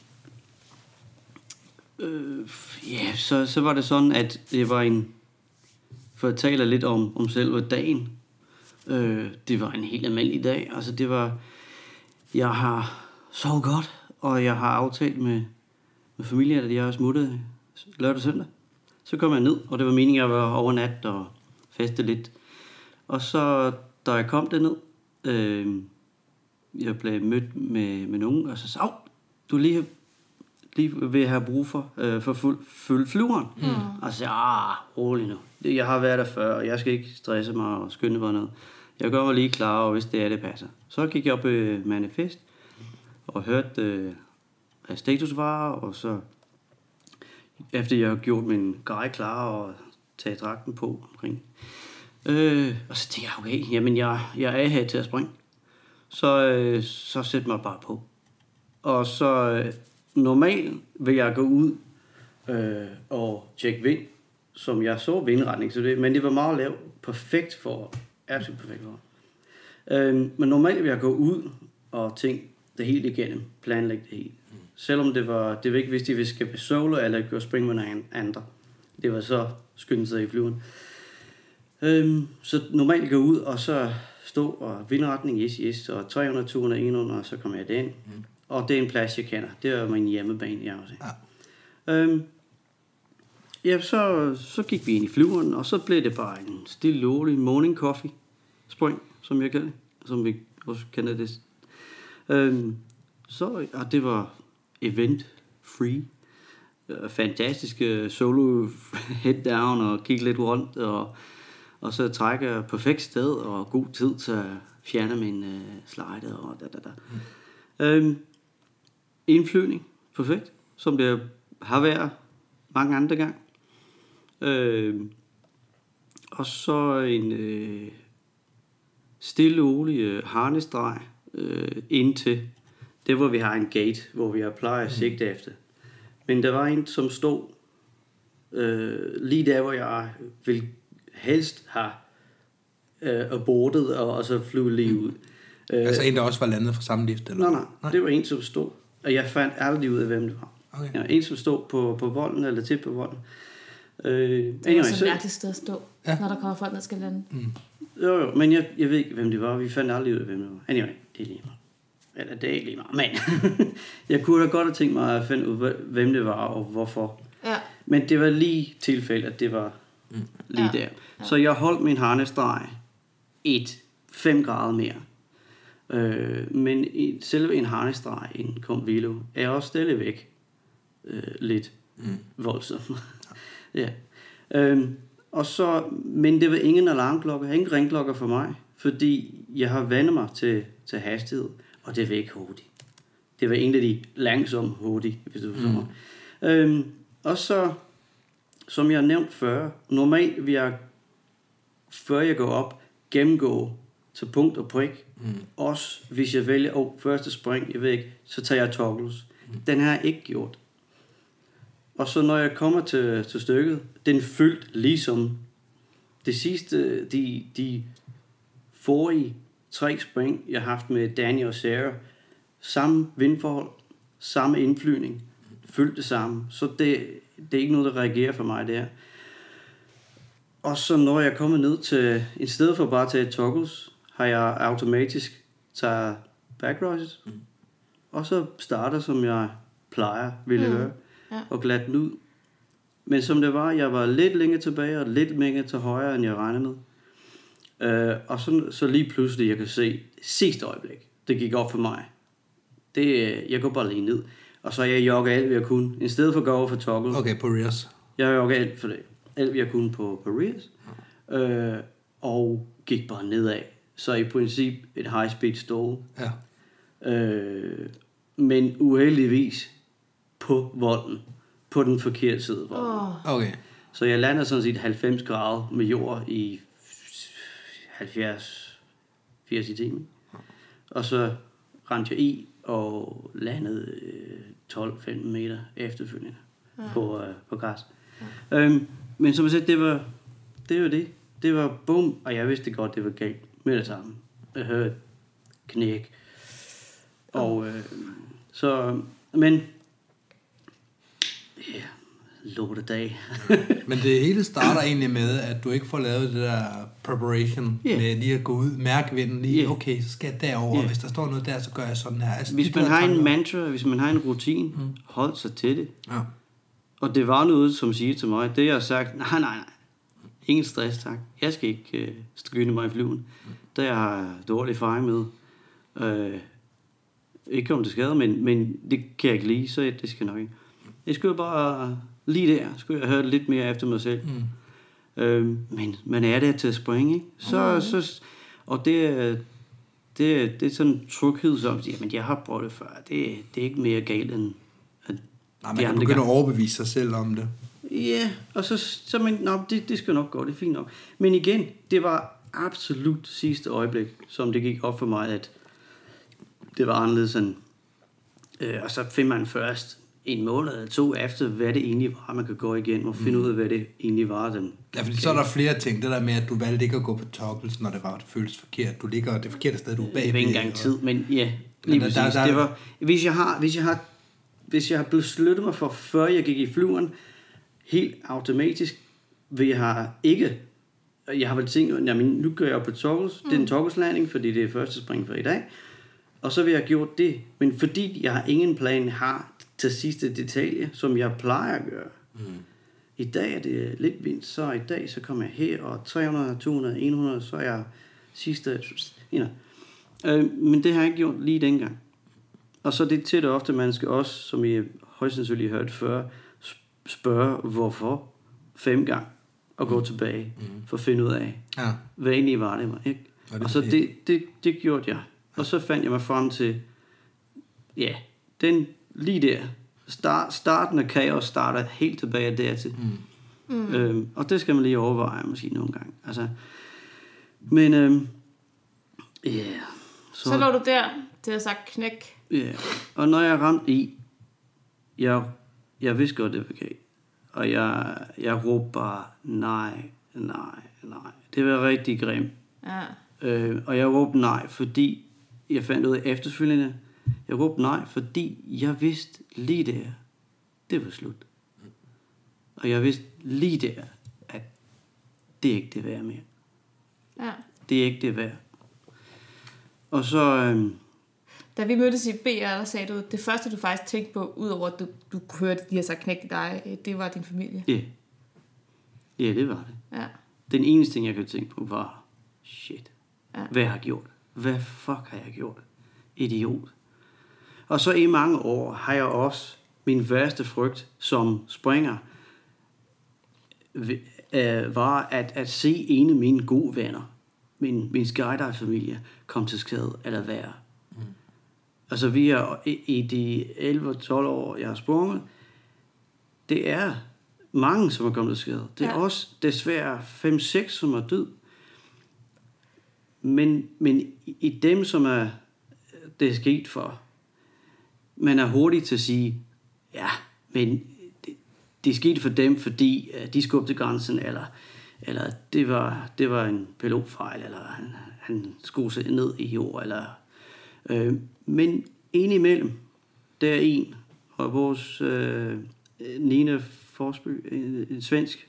øh, yeah, så, så var det sådan, at det var en... For at tale lidt om, om selve dagen. Øh, det var en helt almindelig dag. Altså, det var... Jeg har sovet godt, og jeg har aftalt med, med familien, at jeg har smuttet lørdag og søndag. Så kom jeg ned, og det var meningen, at jeg var overnat og feste lidt. Og så, da jeg kom derned, øh, jeg blev mødt med, med nogen, og så sagde, du lige, lige vil have brug for, øh, for fuld, fuld flyveren. Mm. Og så sagde ah, rolig nu. Jeg har været der før, og jeg skal ikke stresse mig og skynde mig noget. Jeg gør mig lige klar, og hvis det er, det passer. Så gik jeg op i manifest, og hørte, øh, hvad status var, og så efter jeg har gjort min grej klar og taget dragten på omkring. Øh, og så tænkte jeg, okay, jamen jeg, jeg er her til at springe. Så, øh, så sæt mig bare på. Og så øh, normalt vil jeg gå ud øh, og tjekke vind, som jeg så vindretning, så det, men det var meget lavt, perfekt for, absolut perfekt for. Øh, men normalt vil jeg gå ud og tænke, det hele igennem, planlægge det hele. Mm. Selvom det var, det var ikke hvis de ville skabe solo, eller gå springe med nogle andre. Det var så skyndt sig i flyveren. Øhm, så normalt gå ud, og så stå og vindretning, yes, yes, og tre hundrede, to hundrede, hundrede, og så kommer jeg derind. Mm. Og det er en plads, jeg kender. Det er min hjemmebane, jeg også. Ja. Øhm, ja, så, så gik vi ind i flyveren, og så blev det bare en stille, rolig morning coffee spring, som jeg kalder det, som vi også kender det. Øhm, så, og det var event free. Fantastiske solo head down og kigge lidt rundt, og, og så trække perfekt sted og god tid til at fjerne min uh, slider og da da da. Mm. Øhm, indflyvning, perfekt, som det har været mange andre gange. Øhm, og så en øh, stille rolig øh, harnesdrej øh, indtil det, hvor vi har en gate, hvor vi har plejer at sigte efter. Men der var en, som stod øh, lige der, hvor jeg vil helst have øh, abortet og, og så flyve lige ud. Mm. Øh, altså en, der også var landet fra samme lift? Eller? Nej, nej, nej, det var en, som stod, og jeg fandt aldrig ud af, hvem det var. Okay. Ja, en, som stod på, på volden, eller til på volden. Øh, det er anyway, også et mærkeligt sted at stå, ja. Når der kommer folk, der skal lande. Mm. Jo, jo, men jeg, jeg ved ikke, hvem det var. Vi fandt aldrig ud af, hvem det var. Anyway, det er lige meget. Eller det er ikke lige meget, men jeg kunne da godt have tænkt mig at finde ud af, hvem det var og hvorfor. Ja. Men det var lige tilfælde, at det var mm. lige ja. Der. Ja. Så jeg holdt min harnesdrej et fem grader mere. Øh, men i, selve en harnesdrej, en Comvilo, er også stadigvæk øh, lidt mm. voldsom. Ja. Øh, og så, men det var ingen alarmklokker, ingen ringklokker for mig, fordi jeg har vandet mig til, til hastighed. Og det var ikke hurtigt. Det var en af de langsomme hurtigt, hvis du forstår mm. øhm, Og så, som jeg har nævnt før, normalt vil jeg, før jeg går op, gennemgå til punkt og prik. Mm. Også hvis jeg vælger, åh, oh, første spring, jeg ved ikke, så tager jeg toggles. Mm. Den har jeg ikke gjort. Og så når jeg kommer til, til stykket, den fyldt ligesom det sidste, de, de forrige tre spring, jeg har haft med Danny og Sarah. Samme vindforhold, samme indflyvning, fyldt det samme. Så det, det er ikke noget, der reagerer for mig der. Og så når jeg kommer ned til, i stedet for bare at tage toggles, har jeg automatisk taget backrushes. Mm. Og så starter, som jeg plejer, ville mm. gøre, ja. Og glatte den ud. Men som det var, jeg var lidt længere tilbage, og lidt længere til højre, end jeg regnede med. Uh, og så, så lige pludselig, jeg kan se sidste øjeblik, det gik op for mig. Det, jeg går bare lige ned. Og så jeg jogger alt, hvad jeg kunne. I stedet for at gå over for toggle. Okay, på rears. Jeg jogger alt for det. Alt, hvad jeg kunne på, på rears. Uh, og gik bare nedad. Så i princip et high speed stall. Ja. Uh, men uheldigvis på volden. På den forkerte side af volden. Oh. Okay. Så jeg lander sådan set halvfems grader med jord i halvfjerds firs i timen. Og så rendte jeg i og landede tolv femten meter efterfølgende ja. på, uh, på græs. Ja. Øhm, men som jeg sagde, det var det var det. Det var bum, og jeg vidste godt, det var galt med det samme. Jeg hørte knæk. Og øh, så, men ja, yeah, lortedag. Men det hele starter egentlig med, at du ikke får lavet det der preparation yeah. med lige at gå ud, mærke vinden lige, yeah. okay, så skal jeg derover, yeah. hvis der står noget der, så gør jeg sådan her. Altså, hvis man har en mantra, hvis man har en rutine, mm. hold sig til det. Ja. Og det var noget, som siger til mig, det jeg har sagt, nej, nej, nej, ingen stress, tak. Jeg skal ikke øh, skynde mig i flyven. Mm. Der jeg har dårlig erfaring med. Øh, ikke om det skader, men, men det kan jeg ikke lide, så det skal nok ikke. Jeg skulle bare lige der, skulle jeg høre lidt mere efter mig selv. Mm. Øh, men man er der til at springe, ikke? Så, mm. så, og det, det, det er sådan en tryghed, som siger, men jeg har prøvet det før. Det, det er ikke mere galt end at nej, man kan begynde at overbevise sig selv om det. Ja, og så, så men, nå, det, det skal nok gå, det er fint nok. Men igen, det var absolut sidste øjeblik, som det gik op for mig, at det var anderledes end, øh, og så finder man først en måned eller to efter, hvad det egentlig var, man kan gå igen og finde mm. ud af, hvad det egentlig var. Den, ja, fordi så er der flere ting. Det der med, at du valgte ikke at gå på toggles, når det var, det føles forkert. Du ligger det forkerte sted, du er bagved. Det var ikke engang tid, men ja, lige præcis. Der, der, det var, hvis jeg har, hvis jeg har, hvis jeg har besluttet mig for, før jeg gik i flyveren, helt automatisk, vil jeg have ikke, jeg har vel tænkt, jamen, nu gør jeg op på toggles, mm. det er en toggles-landing, fordi det er første spring for i dag, og så vil jeg have gjort det, men fordi jeg har ingen plan har til sidste detalje, som jeg plejer at gøre. Mm. I dag er det lidt vildt, så i dag så kommer jeg her, og tre hundrede, to hundrede, hundrede, så er jeg sidste, you know. øh, men det har jeg ikke gjort lige dengang. Og så det tit og ofte, man skal også, som I højst sandsynligt hørt før, spørge hvorfor fem gange, og gå mm. tilbage, mm. for at finde ud af, ja. hvad egentlig var det mig, ikke? Og, det, og så det, det, det gjorde jeg. Og så fandt jeg mig frem til, ja, den lige der, start, starten af kaos starter helt tilbage dertil. Mm. Mm. Øhm, og det skal man lige overveje, måske nogle gange. Altså, men, øhm, yeah, så, så lå du der, det har sagt knæk. Ja, yeah. Og når jeg ramte i, jeg, jeg vidste godt, det var galt. Og jeg, jeg råbte bare, nej, nej, nej. Det var rigtig grimt. Ja. Øh, og jeg råbte nej, fordi jeg fandt ud af efterfølgende, jeg råbte nej, fordi jeg vidste lige der, det var slut. Og jeg vidste lige der, at det er ikke det værd mere. Ja. Det er ikke det værd. Og så... Øhm, da vi mødtes i B R, der sagde du, det første du faktisk tænkte på, udover at du, du hørte, de har sagt knæk i dig, det var din familie. Ja. Ja, det var det. Ja. Den eneste ting, jeg kunne tænke på, var, shit, ja. Hvad har jeg gjort? Hvad fuck har jeg gjort? Idiot. Og så i mange år har jeg også min værste frygt som springer, øh, var at, at se en af mine gode venner, min, min skydive-familie, komme til skade eller værre. Mm. Altså vi er i, i de elleve tolv år, jeg har sprunget, det er mange, som er kommet til skade. Det er ja. Også desværre fem seks, som er død. Men, men i, i dem, som er det er sket for, man er hurtig til at sige, ja, men det, det er sket for dem, fordi uh, de skubbede grænsen, eller, eller det, var, det var en pilotfejl, eller han, han skulle sig ned i jord, eller... Øh, men indimellem, der er en, og vores øh, Nina Forsby, en, en svensk,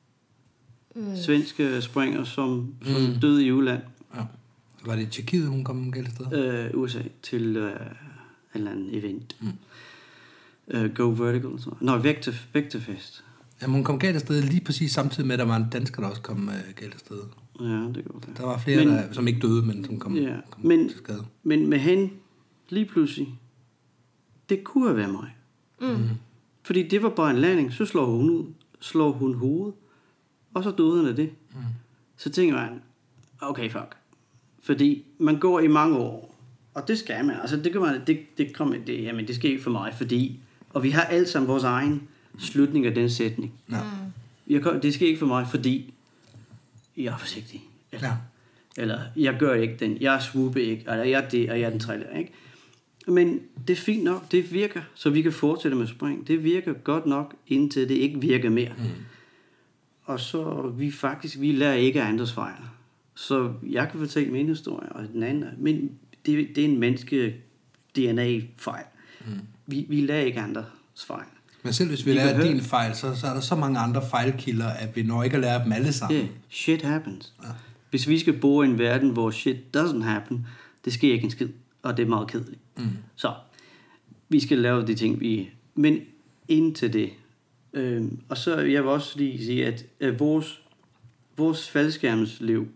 øh. svensk springer, som, som mm. døde i Uland. Ja. Var det i Tjekkiet, hun kom galt sted? Øh, U S A, til øh, en eller anden event. Mm. Øh, Go Vertical. Så. Nå, Vector, Vectorfest. Jamen, hun kom galt sted lige præcis samtidig med, at der var en dansker, der også kom øh, galt sted. Ja, det går det. Der var flere, men, der, som ikke døde, men som kom, ja, kom men, til skade. Men med hende, lige pludselig, det kunne have været mig. Mm. Fordi det var bare en landing, så slår hun ud, slår hun hovedet, og så døde han af det. Mm. Så tænker man, okay, fuck. Fordi man går i mange år, og det skal man, altså det kan man, det, det kommer, det, jamen det sker ikke for mig, fordi, og vi har alle sammen vores egen slutning af den sætning. Ja. Jeg, det sker ikke for mig, fordi jeg er forsigtig. Eller, ja. eller jeg gør ikke den, jeg swooper ikke, eller jeg er det, og jeg er den træller, ikke? Men det er fint nok, det virker, så vi kan fortsætte med spring. Det virker godt nok, indtil det ikke virker mere. Mm. Og så vi faktisk, vi lærer ikke af andres fejl. Så jeg kan fortælle min historie, og den anden, men det, det er en menneske D N A-fejl. Mm. Vi, vi lærer ikke andres fejl. Men selv hvis vi, vi lærer din fejl, så, så er der så mange andre fejlkilder, at vi når ikke at lære dem alle sammen. Yeah, shit happens. Ja. Hvis vi skal bo i en verden, hvor shit doesn't happen, det sker ikke en skid, og det er meget kedeligt. Mm. Så vi skal lave de ting, vi... Men indtil det... Øhm, og så jeg vil også lige sige, at, at vores, vores faldskærmsliv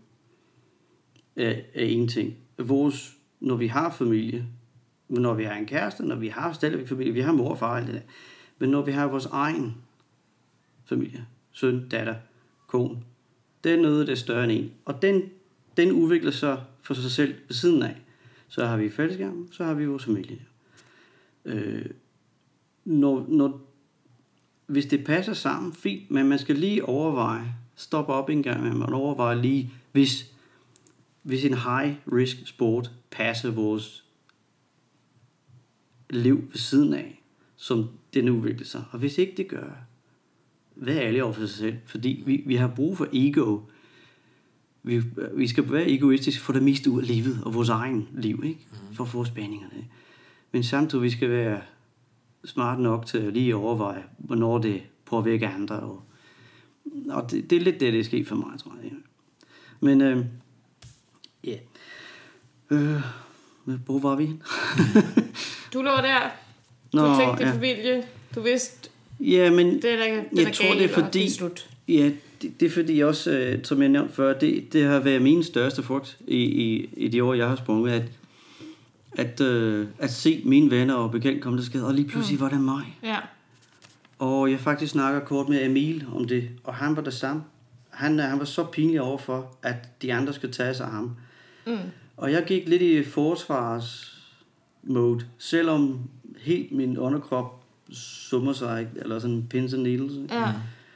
er, er en ting. Vores, når vi har familie, når vi har en kæreste, når vi har stadigvæk familie, vi har mor og far, alt det der. Men når vi har vores egen familie, søn, datter, kone, det er noget, der er større end en. Og den, den udvikler sig for sig selv ved siden af. Så har vi fællesskab, så har vi vores familie. Øh, når, når, hvis det passer sammen, fint, men man skal lige overveje, stoppe op en gang, men man overvejer lige, hvis, hvis en high-risk sport passer vores liv ved siden af, som den udvikler sig. Og hvis ikke det gør, hvad er ærlig over for sig selv? Fordi vi, vi har brug for ego. Vi, vi skal være egoistiske for det meste ud af livet og vores egen liv, ikke? For at få spændingerne. Men samtidig vi skal være smart nok til at lige overveje, hvornår det påvirker andre. Og, og det, det er lidt det, det er sket for mig, tror jeg. Men, øh, ja. Øh, hvor var vi? Du lå der. Du Nå, tænkte, det ja. familie. Du vidste, ja, men det er der, det jeg der tror, galt, det er fordi, det er slut. Ja, det, det er fordi også, øh, som jeg nævnte før, det, det har været min største frygt i, i, i de år, jeg har sprunget, at, at, øh, at se mine venner og bekendt komme til skade, og lige pludselig mm. var det mig. Ja. Og jeg faktisk snakker kort med Emil om det, og han var det samme. Han, han var så pinlig overfor, at de andre skulle tage sig af ham. Mm. Og jeg gik lidt i forsvarsmode, selvom helt min underkrop summer sig, eller sådan pins and needles. Ja.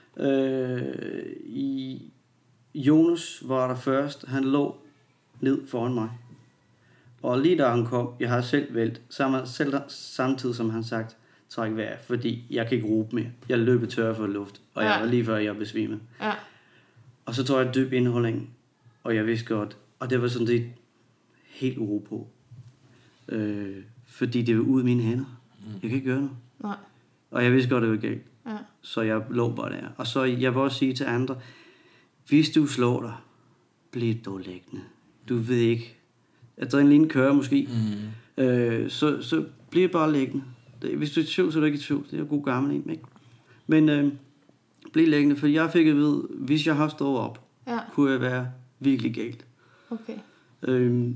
Øh, i Jonas var der først. Han lå ned foran mig. Og lige da han kom, jeg har selv vælt, selv, samtidig som han sagt, træk vejr, fordi jeg kan ikke råbe mere. Jeg løb tør for luft, og ja. jeg var lige før jeg besvimede. Ja. Og så tog jeg et dyb indholdning, og jeg vidste godt, og det var sådan det helt uro på. Øh, fordi det var ud af mine hænder. Mm. Jeg kan ikke gøre noget. Nej. Og jeg vidste godt, det var galt. Ja. Så jeg lå bare der. Og så jeg vil også sige til andre, hvis du slår dig, bliv dog liggende. Du ved ikke, adrenalin kører måske, mm. øh, så, så bliv bare liggende. Hvis du er i tvivl, så er du ikke i tvivl. Det er jo god gammel en, ikke? Men øh, bliv liggende, for jeg fik at vide, hvis jeg har stået op, ja. kunne jeg være virkelig galt. Okay. Øh,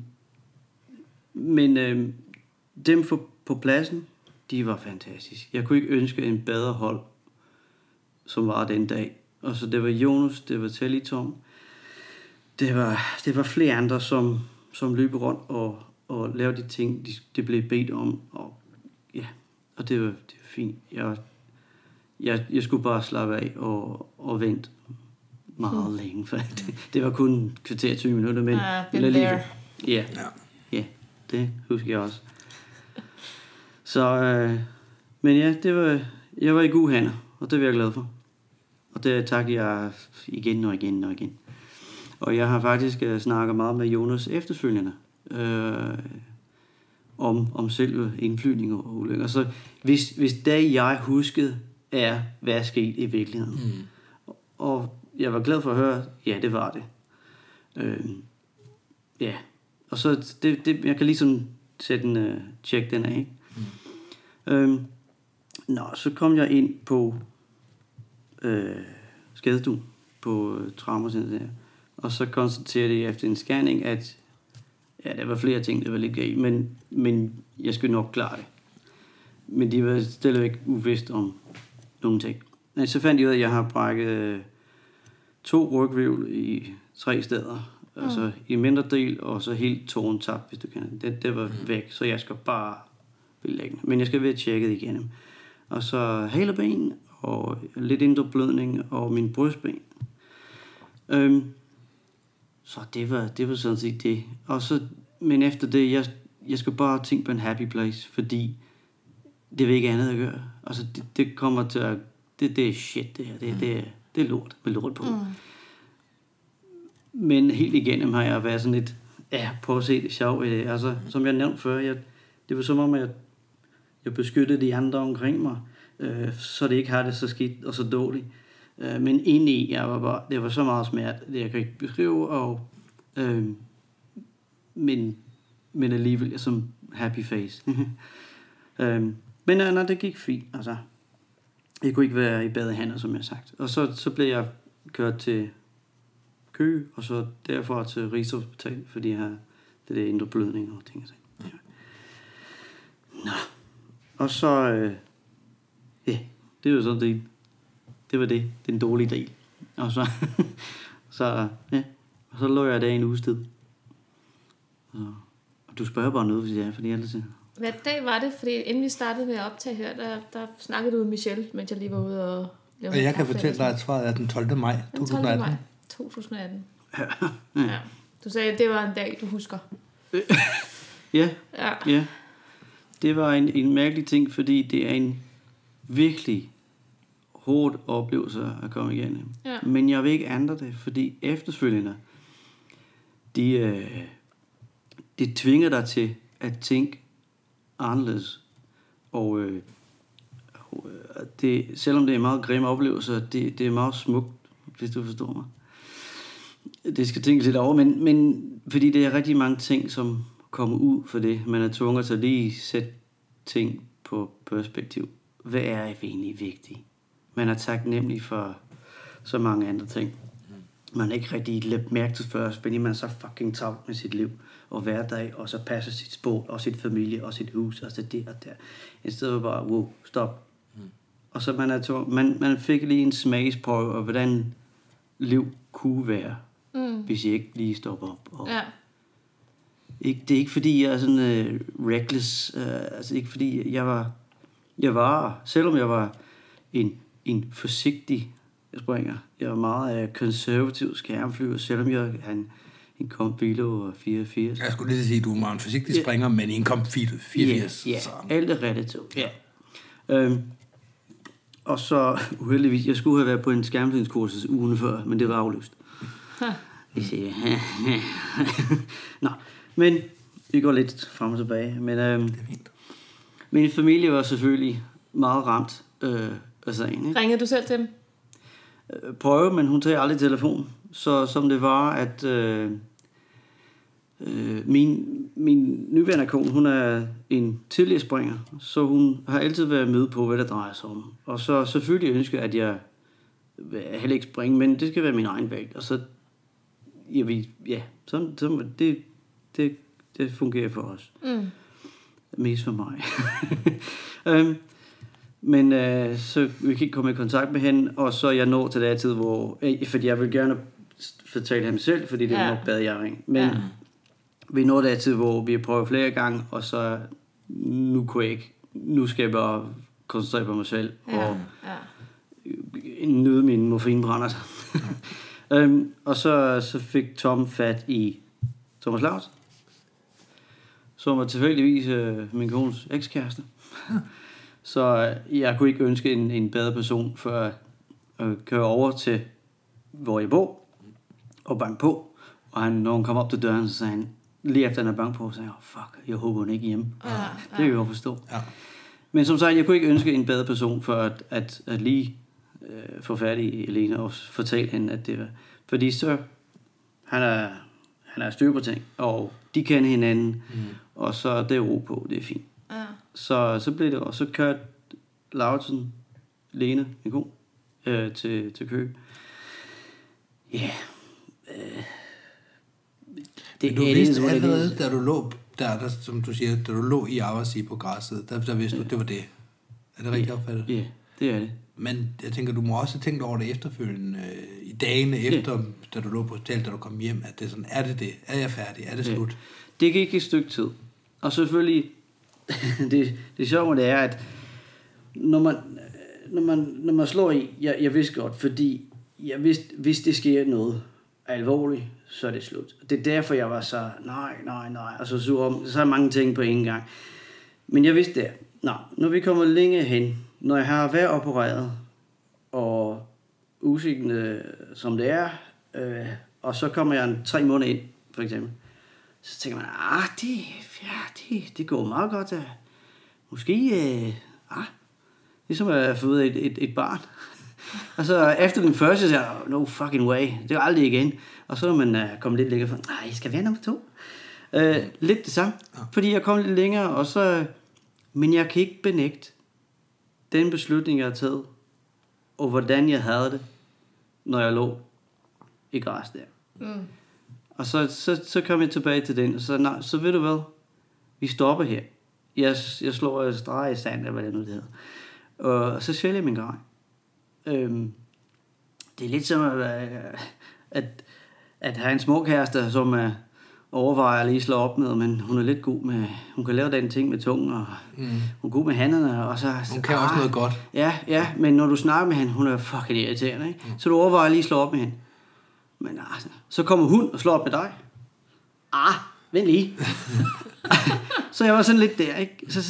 men øh, dem for, på pladsen, de var fantastiske. Jeg kunne ikke ønske en bedre hold, som var den dag. Og så det var Jonas, det var Telly Tom. Det var, det var flere andre, som, som løb rundt og, og lavede de ting, de, de blev bedt om. Og, ja, og det var, det var fint. Jeg, jeg, jeg skulle bare slappe af og, og vente meget mm. længe. For det, det var kun kvarter tyve minutter. Men, uh, been there. Ja, ja, det husker jeg også. Så, øh, men ja, det var, jeg var i gode hænder, og det var jeg glad for. Og det takker jeg igen og igen og igen. Og jeg har faktisk uh, snakket meget med Jonas efterfølgende øh, om, om selve indflyvning og ulykker. Så hvis, hvis det jeg huskede er, hvad er sket i virkeligheden. Mm. Og, og jeg var glad for at høre, ja, det var det. Øh, ja, og så det, det, jeg kan ligesom sætte en uh, check den af, ikke? Mm. Øhm, nå, så kom jeg ind på øh, skadestuen på øh, traumacenteret der, og så konstaterede jeg efter en scanning, at ja, der var flere ting, der var lidt galt, men, men jeg skulle nok klare det. Men de var stadigvæk uvidst om nogle ting. Men så fandt jeg ud af, at jeg har brækket øh, to ryghvirvel i tre steder. Mm. Altså i mindre del, og så helt tåren tabt, hvis du kan. Det, det var mm. væk, så jeg skal bare blive liggende. Men jeg skal være tjekket igennem. Og så haleben, og lidt indre blødning, og min brystben. Øhm, så det var, det var sådan set det. Og så, men efter det, jeg, jeg skulle bare tænke på en happy place, fordi det vil ikke andet at gøre. Altså det, det kommer til at, det, det er shit det her, det, mm. det, er, det er lort, med lort på. Mm. Men helt igennem har jeg været sådan lidt, ja, prøv at se det sjov i det. Altså, som jeg nævnte før, jeg, det var som om, jeg, jeg beskyttede de andre omkring mig, øh, så det ikke har det så skidt og så dårligt. Øh, men indeni, jeg var bare, det var så meget smert, det jeg kan ikke beskrive, og, øh, men, men alligevel som happy face. øh, men nej, nej, det gik fint, altså. Jeg kunne ikke være i bedre hænder, som jeg har sagt. Og så, så blev jeg kørt til Køge, og så derfra til Rigshospital, fordi jeg har det der indre blødning og ting. Ja. Nå. Og så, øh, ja, det var sådan det. Det var det, den dårlige del. Og så, så, ja, og så lå jeg der i en uges tid. Og, og du spørger bare noget, hvis jeg er, fordi ellers... Hvad dag var det? Fordi inden vi startede med at optage her, der, der snakkede du med Michelle, mens jeg lige var ude og... Og jeg kan fortælle dig, at svaret er den tolvte maj to tusind atten. maj to tusind atten. Ja. Ja. Du sagde, at det var en dag, du husker. ja, ja, ja. Det var en, en mærkelig ting, fordi det er en virkelig hårdt oplevelse at komme igennem. Ja. Men jeg vil ikke ændre det, fordi efterfølgende, de, øh, de tvinger dig til at tænke anderledes. Og øh, det, selvom det er meget grimme oplevelser, det, det er meget smukt, hvis du forstår mig. Det skal tænkes lidt over, men, men fordi det er rigtig mange ting, som kommer ud for det. Man er tvunget til at lige sætte ting på perspektiv. Hvad er egentlig vigtigt? Man er taknemmelig for så mange andre ting. Man er ikke rigtig lidt mærke til først, fordi man er så fucking travlt med sit liv og hverdag, og så passer sit sport, og sit familie, og sit hus, og så det og der. I stedet for bare, wow, stop. Mm. Og så man, er to, man, man fik lige en smagsprøve af, hvordan liv kunne være, mm. hvis jeg ikke lige stopper op. Og ja. Ikke, det er ikke fordi, jeg er sådan uh, reckless. Uh, altså ikke fordi, jeg var, jeg var, selvom jeg var en, en forsigtig springer. Jeg var meget uh, konservativ skærmflyver, selvom jeg har en, en Compilo fireogfirs. Jeg skulle lige sige, at du var en forsigtig springer, yeah. men en Compilo fireogfirs. Ja, yeah, yeah. alt er relativt. Ja. Yeah. Um, og så uheldigvis, jeg skulle have været på en skærmflyvningskursus ugen før, men det var aflyst. Jeg siger, nå, men vi går lidt frem og tilbage. Men um, min familie var selvfølgelig meget ramt øh, af sagen. Ikke? Ringede du selv til dem? Prøve, men hun tager aldrig telefon. Så som det var, at øh, øh, min, min nuværende kone, hun er en tidligere springer, så hun har altid været med på, hvad det drejer sig om. Og så selvfølgelig ønsker at jeg heller ikke springe, men det skal være min egen vægt. Og så, ja, vi, ja så, så det, det, det fungerer for os. Mm. Mest for mig. um, Men øh, så vi kan ikke komme i kontakt med hende, og så jeg når til den tid, hvor øh, fordi jeg vil gerne fortælle ham selv, fordi det er ja. nok bad jeg ring. Men ja. vi når den tid, hvor vi har prøvet flere gange, og så nu kunne jeg ikke, nu skal jeg bare koncentrere på mig selv ja. og ja. nyde min morfinbrænder. um, og så, så fik Tom fat i Thomas Laursen, som var tilfældigvis øh, min kones ekskæreste. Så jeg kunne ikke ønske en, en bedre person for at køre over til, hvor jeg bor, og banke på. Og han, når hun kom op til døren, så sagde han, lige efter han er banke på, så sagde jeg, oh, fuck, jeg håber hun ikke hjemme. Ja, ja. Det kan jeg jo forstå. Ja. Men som sagt, jeg kunne ikke ønske en bedre person for at, at, at lige øh, få fat i Elena og fortælle hende, at det var. Fordi så, han er, han er styr på ting, og de kender hinanden, mm. og så det er ro på, det er fint. Ja. Så, så blev det, og så kørte Laursen, Lene, min kone, øh, til, til Køge. Ja. Yeah. Øh, det du vidste allerede, da du lå der, der, som du siger, da du lå i Aversi på græsset, der, der vidste ja. du, det var det. Er det rigtigt opfattet? Ja, yeah, det er det. Men jeg tænker, du må også have tænkt over det efterfølgende, øh, i dagene efter, yeah. da du lå på hotellet, da du kom hjem, at det er sådan, er det det? Er jeg færdig? Er det yeah. slut? Det gik et stykke tid. Og selvfølgelig, det, det sjove det er, at når man, når man, når man slår i, jeg, jeg vidste godt, fordi jeg vidste, hvis det sker noget alvorligt, så er det slut. Det er derfor, jeg var så, nej, nej, nej, og så sur om, så er mange ting på en gang. Men jeg vidste det, nå, når vi kommer længere hen, når jeg har været opereret, og udsigten som det er, øh, og så kommer jeg en tre måneder ind, for eksempel, så tænker man, ah, det, ja, det, det går meget godt. Da. Måske, øh, ah, ligesom at få ud af et, et, et barn. Og så efter den første, så jeg, no fucking way, det er aldrig igen. Og så er man uh, kommet lidt længere for, nej, jeg skal være nummer to. Uh, lidt det samme, ja. Fordi jeg kom lidt længere, og så, men jeg kan ikke benægte den beslutning, jeg har taget, og hvordan jeg havde det, når jeg lå i græs der. Mm. Og så, så, så kom jeg tilbage til den, og så, nej, så ved du hvad, vi stopper her. Jeg, jeg slår et streg i sand, eller hvad det nu det hedder. Og så sælger jeg min grej. Øhm, det er lidt som at, at, at have en småkæreste, som er, overvejer at lige slå op med, men hun er lidt god med, hun kan lave den ting med tungen, og mm. hun er god med hænderne, og så... Hun kan ah, også noget godt. Ja, ja, men når du snakker med hende, hun er fucking irriterende, ikke? Mm. Så du overvejer lige at slå op med hende. Men altså, så kommer hun og slår op med dig. Ah, vent lige. Så jeg var sådan lidt der, ikke? Så sådan,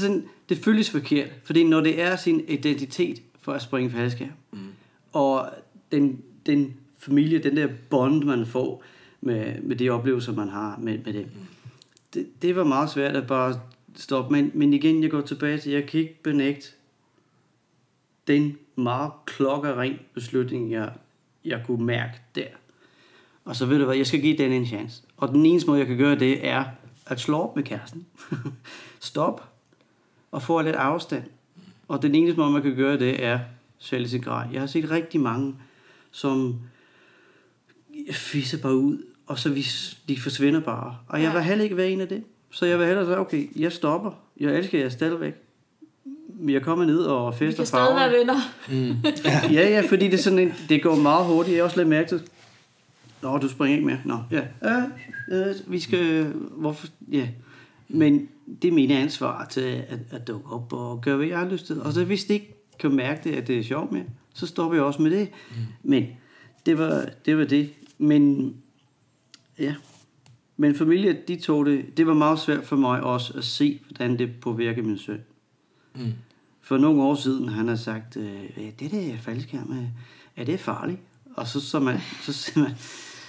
det føles forkert, fordi når det er sin identitet for at springe faldskærm, mm. og den, den familie, den der bond, man får med, med de oplevelser, man har med, med dem, mm. det, det var meget svært at bare stoppe. Men, men igen, jeg går tilbage til, jeg kan ikke benægte den meget klokkeren beslutning, jeg, jeg kunne mærke der. Og så ved du hvad, jeg skal give den en chance. Og den eneste måde, jeg kan gøre det, er at slå op med kæresten. Stop. Og få lidt afstand. Og den eneste måde, man kan gøre det, er sælge sin grej. Jeg har set rigtig mange, som fisser bare ud, og så vi, de forsvinder bare. Og jeg vil heller ikke være en af det. Så jeg vil hellere sige, okay, jeg stopper. Jeg elsker jer stadigvæk. Jeg kommer ned og fester farver. Vi kan stadig være venner. Mm. ja, ja, fordi det, er sådan en, det går meget hurtigt. Jeg har også lidt mærke til. Nå, du springer ikke mere. Nå, ja. Øh, øh, vi skal... Hvorfor? Ja. Men det er mine ansvar til at, at dukke op og gøre, hvad jeg har lyst til. Og så hvis det ikke kan mærke det, at det er sjovt med, så stopper jeg også med det. Mm. Men det var, det var det. Men ja. Men familie, de tog det. Det var meget svært for mig også at se, hvordan det påvirker min søn. Mm. For nogle år siden, han har sagt, øh, det der faldskærm, er det farligt? Og så så man, så siger man,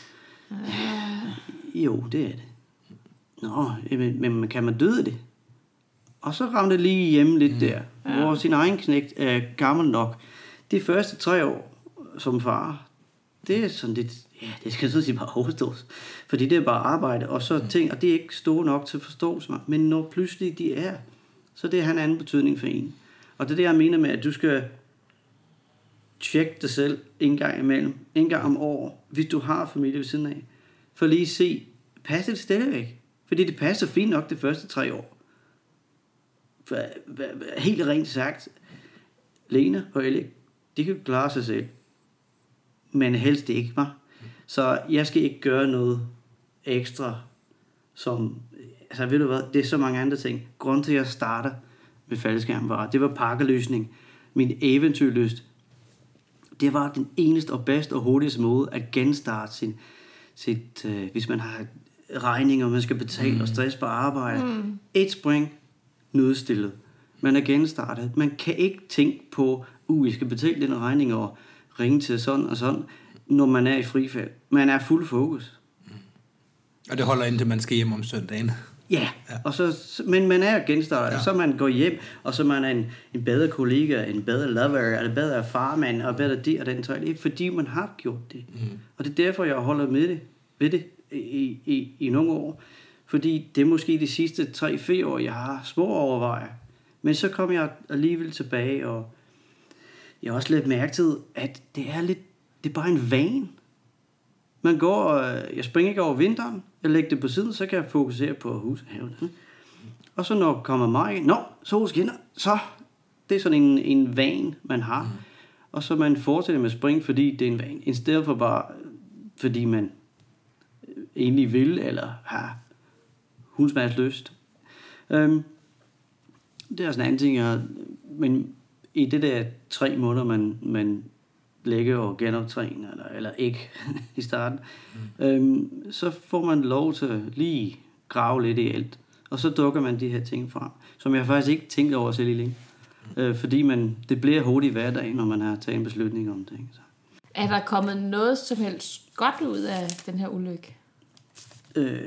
jo, det er det. Nå, men, men kan man døde det? Og så ramte det lige hjemme lidt mm. der, ja. Hvor sin egen knægt er gammel nok. De første tre år som far, det er sådan lidt, ja, det skal så sige bare overstås. Fordi det er bare arbejde, og så mm. ting, og det er ikke store nok til forståelse mig. Men når pludselig de er, så det har en anden betydning for en. Og det er det, jeg mener med, at du skal tjekke dig selv en gang imellem, en gang om året, hvis du har familie ved siden af. For lige at se, passer det stadigvæk? Fordi det passer fint nok de første tre år. For, helt rent sagt, Lena og Alec, de kan klare sig selv. Men helst det ikke, var. Så jeg skal ikke gøre noget ekstra, som, altså ved du hvad, det er så mange andre ting. Grunden til, at jeg starter med faldskærm var, det var pakkeløsning. Min eventyrlyst. Det var den eneste og bedste og hurtigste måde at genstarte sin, sit, øh, hvis man har regninger, man skal betale mm. og stress på arbejde. Mm. Et spring, nødstillet. Man er genstartet. Man kan ikke tænke på, uh, jeg skal betale den regning og ringe til sådan og sådan, når man er i frifald. Man er fuld fokus. Mm. Og det holder indtil man skal hjem om søndagen. Ja, ja. Og så, men man er genstartet, ja. Så man går hjem, og så man er en, en bedre kollega, en bedre lover, eller bedre farmand, og bedre det og den tøj. Det er fordi, man har gjort det. Mm. Og det er derfor, jeg holder med det, ved det i, i, i nogle år. Fordi det er måske de sidste tre fire år, jeg har små overvejer. Men så kom jeg alligevel tilbage, og jeg har også lidt mærke til, at det er lidt, det er bare en vane. Man går, jeg springer ikke over vinteren, jeg lægger det på siden, så kan jeg fokusere på huset og haven. Og så når kommer maj, nå, sol skinner, så det er sådan en, en vane, man har. Mm. Og så man fortsætter med spring, fordi det er en vane, i stedet for bare, fordi man egentlig vil, eller har hundsmads lyst. Um, det er sådan en anden ting, jeg, men i det der tre måneder, man, man lægge og genoptræne, eller, eller ikke i starten, mm. øhm, så får man lov til at lige grave lidt i alt. Og så dukker man de her ting frem, som jeg faktisk ikke tænker over selv i længe. Mm. Øh, fordi man, det bliver hurtigt hverdag, når man har taget en beslutning om det. Ikke? Så. Er der kommet noget som helst godt ud af den her ulykke? Øh,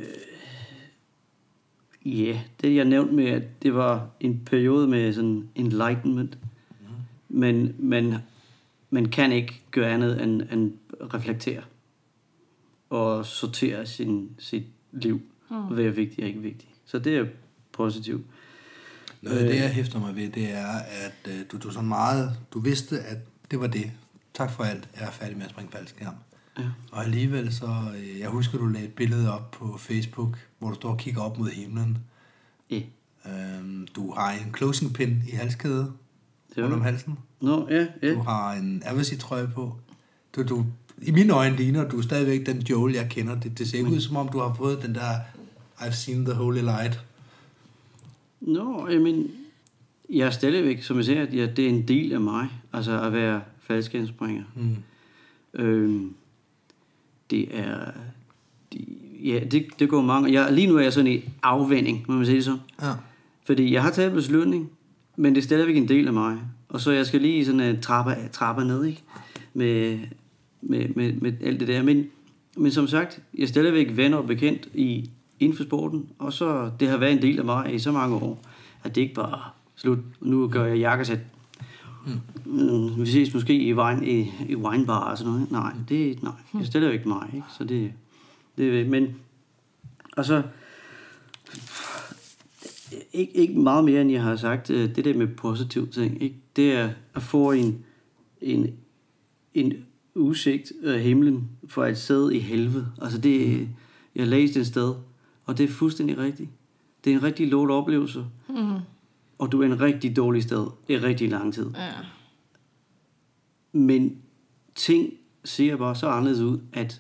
ja, yeah, det jeg nævnte med, at det var en periode med sådan enlightenment. Mm. Men, men man kan ikke gøre andet end, end reflektere og sortere sin, sit liv, mm. og hvad er vigtigt og ikke vigtigt. Så det er positivt. Noget af det, jeg hæfter mig ved, det er, at øh, du, du så meget, du vidste, at det var det. Tak for alt, jeg er færdig med at springe faldskærm. Ja. Og alligevel så, øh, jeg husker, du lagde et billede op på Facebook, hvor du står og kigger op mod himlen. Ja. Øhm, du har en closing pin i halskæde rundt om halsen. No, yeah, yeah. Du har en Aversi-trøje på. Du, du, I mine øjne ligner du stadigvæk den Joel, jeg kender. Det, det ser ikke ud, som om du har fået den der I've seen the holy light. Nå, no, men jeg er stadigvæk, som jeg siger, at ja, det er en del af mig. Altså at være faldskærmsspringer. Mm. Øhm, det er... De, ja, det, det går mange... Jeg, lige nu er jeg sådan i afvænning, må man sige det så. Ja. Fordi jeg har taget beslutning, men det er stadigvæk en del af mig. Og så jeg skal lige sådan uh, trappe, trappe ned, ikke? Med, med, med, med alt det der. Men, men som sagt, jeg er stadigvæk venner og bekendt i, inden for sporten. Og så det har været en del af mig i så mange år, at det ikke bare slut. Nu gør jeg jakkesæt. Mm. Vi ses måske i, wine, i, i winebar og sådan noget. Nej, det, nej, det er stadigvæk mig. Ikke? Så det, det men og så ikke, ikke meget mere end jeg har sagt, det der med positive ting, ikke? Det er at få en en, en udsigt af himlen for et sted i helvede. Altså det, mm. jeg læste et sted, og det er fuldstændig rigtigt. Det er en rigtig lort oplevelse. Mm. Og du er en rigtig dårlig sted i rigtig lang tid. Ja. Men ting ser bare så anderledes ud, at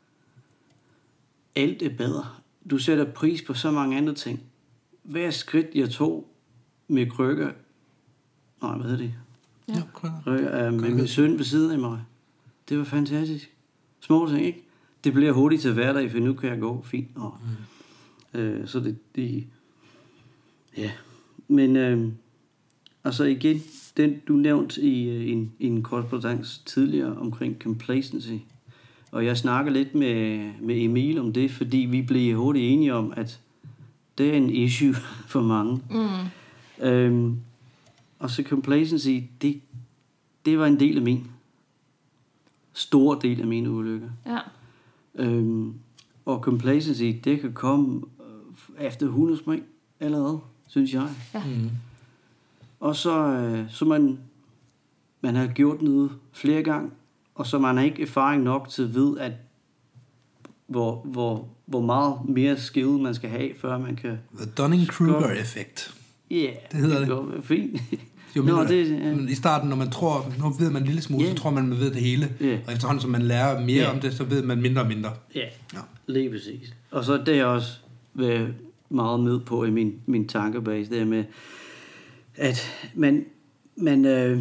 alt er bedre. Du sætter pris på så mange andre ting. Hver skridt, jeg tog med krykker, nej, hvad hedder det? Ja, krykker, øh, med min søn ved siden af mig. Det var fantastisk. Små ting, ikke? Det bliver hurtigt til hverdag, for nu kan jeg gå fint. Og, mm. øh, så det, det, ja. Men, øh, og så igen, den du nævnte i, i en, i en korrespondance tidligere omkring complacency. Og jeg snakker lidt med, med Emil om det, fordi vi blev hurtigt enige om, at det er en issue for mange. Mm. Øhm, og så complacency, det, det var en del af min. Stor del af mine ulykker. Ja. Øhm, og complacency, det kan komme efter hundrede spring allerede, synes jeg. Ja. Mm. Og så, øh, så man, man har gjort noget flere gange, og så man har ikke erfaring nok til at vide, at hvor, hvor, hvor meget mere skill man skal have, før man kan... The Dunning-Kruger-effekt. Ja, yeah, det hedder det. Det. Fint. Jo, Nå, det, ja. I starten, når man tror, nu ved man en lille smule, yeah. så tror man, man ved det hele. Yeah. Og efterhånden, som man lærer mere yeah. om det, så ved man mindre og mindre. Yeah. Ja, lige præcis. Og så det er jeg også været meget med på i min, min tankebase, det med, at man, man, øh,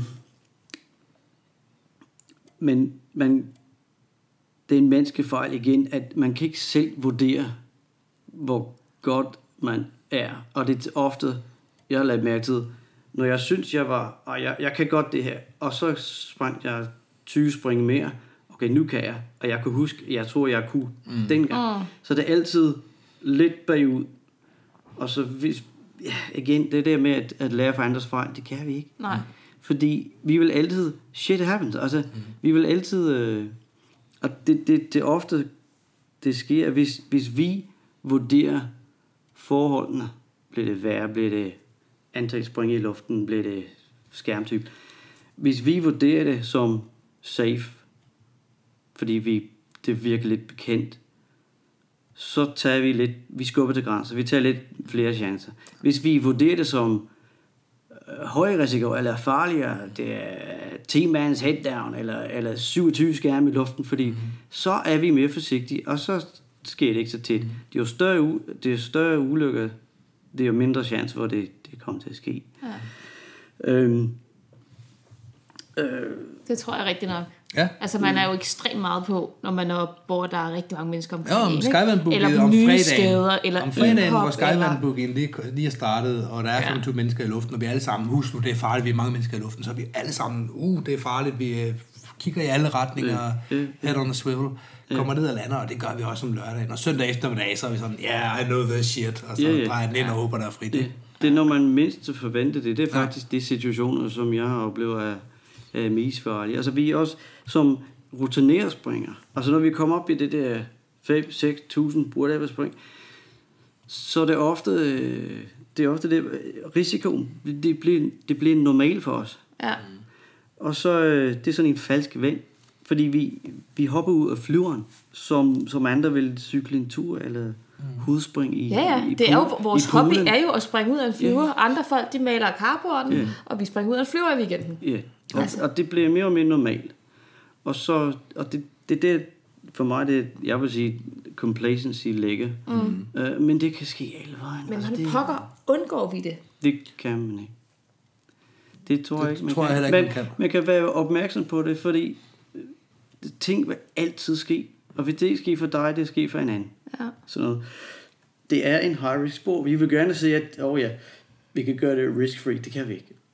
man, man, det er en menneskefejl igen, at man kan ikke selv vurdere, hvor godt man er. Og det er ofte, jeg har ladet mærke til, når jeg synes, jeg var, og jeg, jeg kan godt det her, og så sprang jeg tyve spring mere, okay, nu kan jeg, og jeg kan huske, jeg tror, jeg kunne mm. dengang. Mm. Så det er altid lidt bagud. Og så hvis, ja, igen, det der med at, at lære fra andres fejl, det kan vi ikke. Nej. Fordi vi vil altid, shit happens, altså, mm. vi vil altid, øh, og det, det, det ofte, det sker, hvis, hvis vi vurderer forholdene, bliver det værre, bliver det antal spring i luften, bliver det skærmtype. Hvis vi vurderer det som safe, fordi vi, det virker lidt bekendt, så tager vi lidt, vi skubber til grænser, vi tager lidt flere chancer. Hvis vi vurderer det som øh, høj risiko, eller farligere, det er ti-mands head-down, eller, eller syvogtyve skærme i luften, fordi mm-hmm. så er vi mere forsigtige, og så sker det ikke så tit. Mm-hmm. Det er jo større, det er større ulykker, det er jo mindre chance, hvor det, det kommer til at ske. Ja. Øhm, øh, det tror jeg rigtig nok. Ja. Altså man er jo ekstremt meget på, når man er oppe, hvor der er rigtig mange mennesker omkring. Ja, om Skyvandbooking eller om fredagen. Skader, eller om fredagen, hvor Skyvandbooking lige, lige er startet, og der er femogtyve ja. mennesker i luften, og vi er alle sammen, husk nu, det er farligt, vi er mange mennesker i luften, så er vi alle sammen, uh, det er farligt, vi uh, kigger i alle retninger, ja. Ja. head on the swivel, kommer ned og lander, og det gør vi også om lørdagen. Og søndag eftermiddag, så er vi sådan, yeah, I know this shit, og så ja, ja. drejer den ind og håber, der er frit. Det, det er, når man mindst forventer det, det er faktisk ja. de situationer, som jeg har oplevet af, af mest farlige. Altså vi er også som rutineret springer. Altså når vi kommer op i det der fem til seks tusind whatever spring, så er det ofte det er ofte det risikoen, det bliver det bliver normalt for os. Ja. Og så det er sådan en falsk ven, fordi vi vi hopper ud af flyveren, som som andre vil cykle en tur eller hudspring i. Ja, ja. I det er jo vores hobby er jo at springe ud af en flyver. Ja. Andre folk de maler carporten, ja. og vi springer ud af en flyver i weekenden. Ja. Og, altså. og det bliver mere og mere normalt. Og så og det det det for mig det jeg vil sige complacency ligger. Mm. Uh, men det kan ske alle vejen. Men altså, det pokker undgår vi det. Det kan man ikke. Det tror det jeg ikke man tror kan. Jeg men, man kan. Man kan være opmærksom på det, fordi ting vil altid ske. Og hvis det ikke sker for dig, det sker for en anden. Ja. Sådan noget. Det er en high risk sport. Vi vil gerne sige, at oh ja, vi kan gøre det risk free. Det kan vi ikke.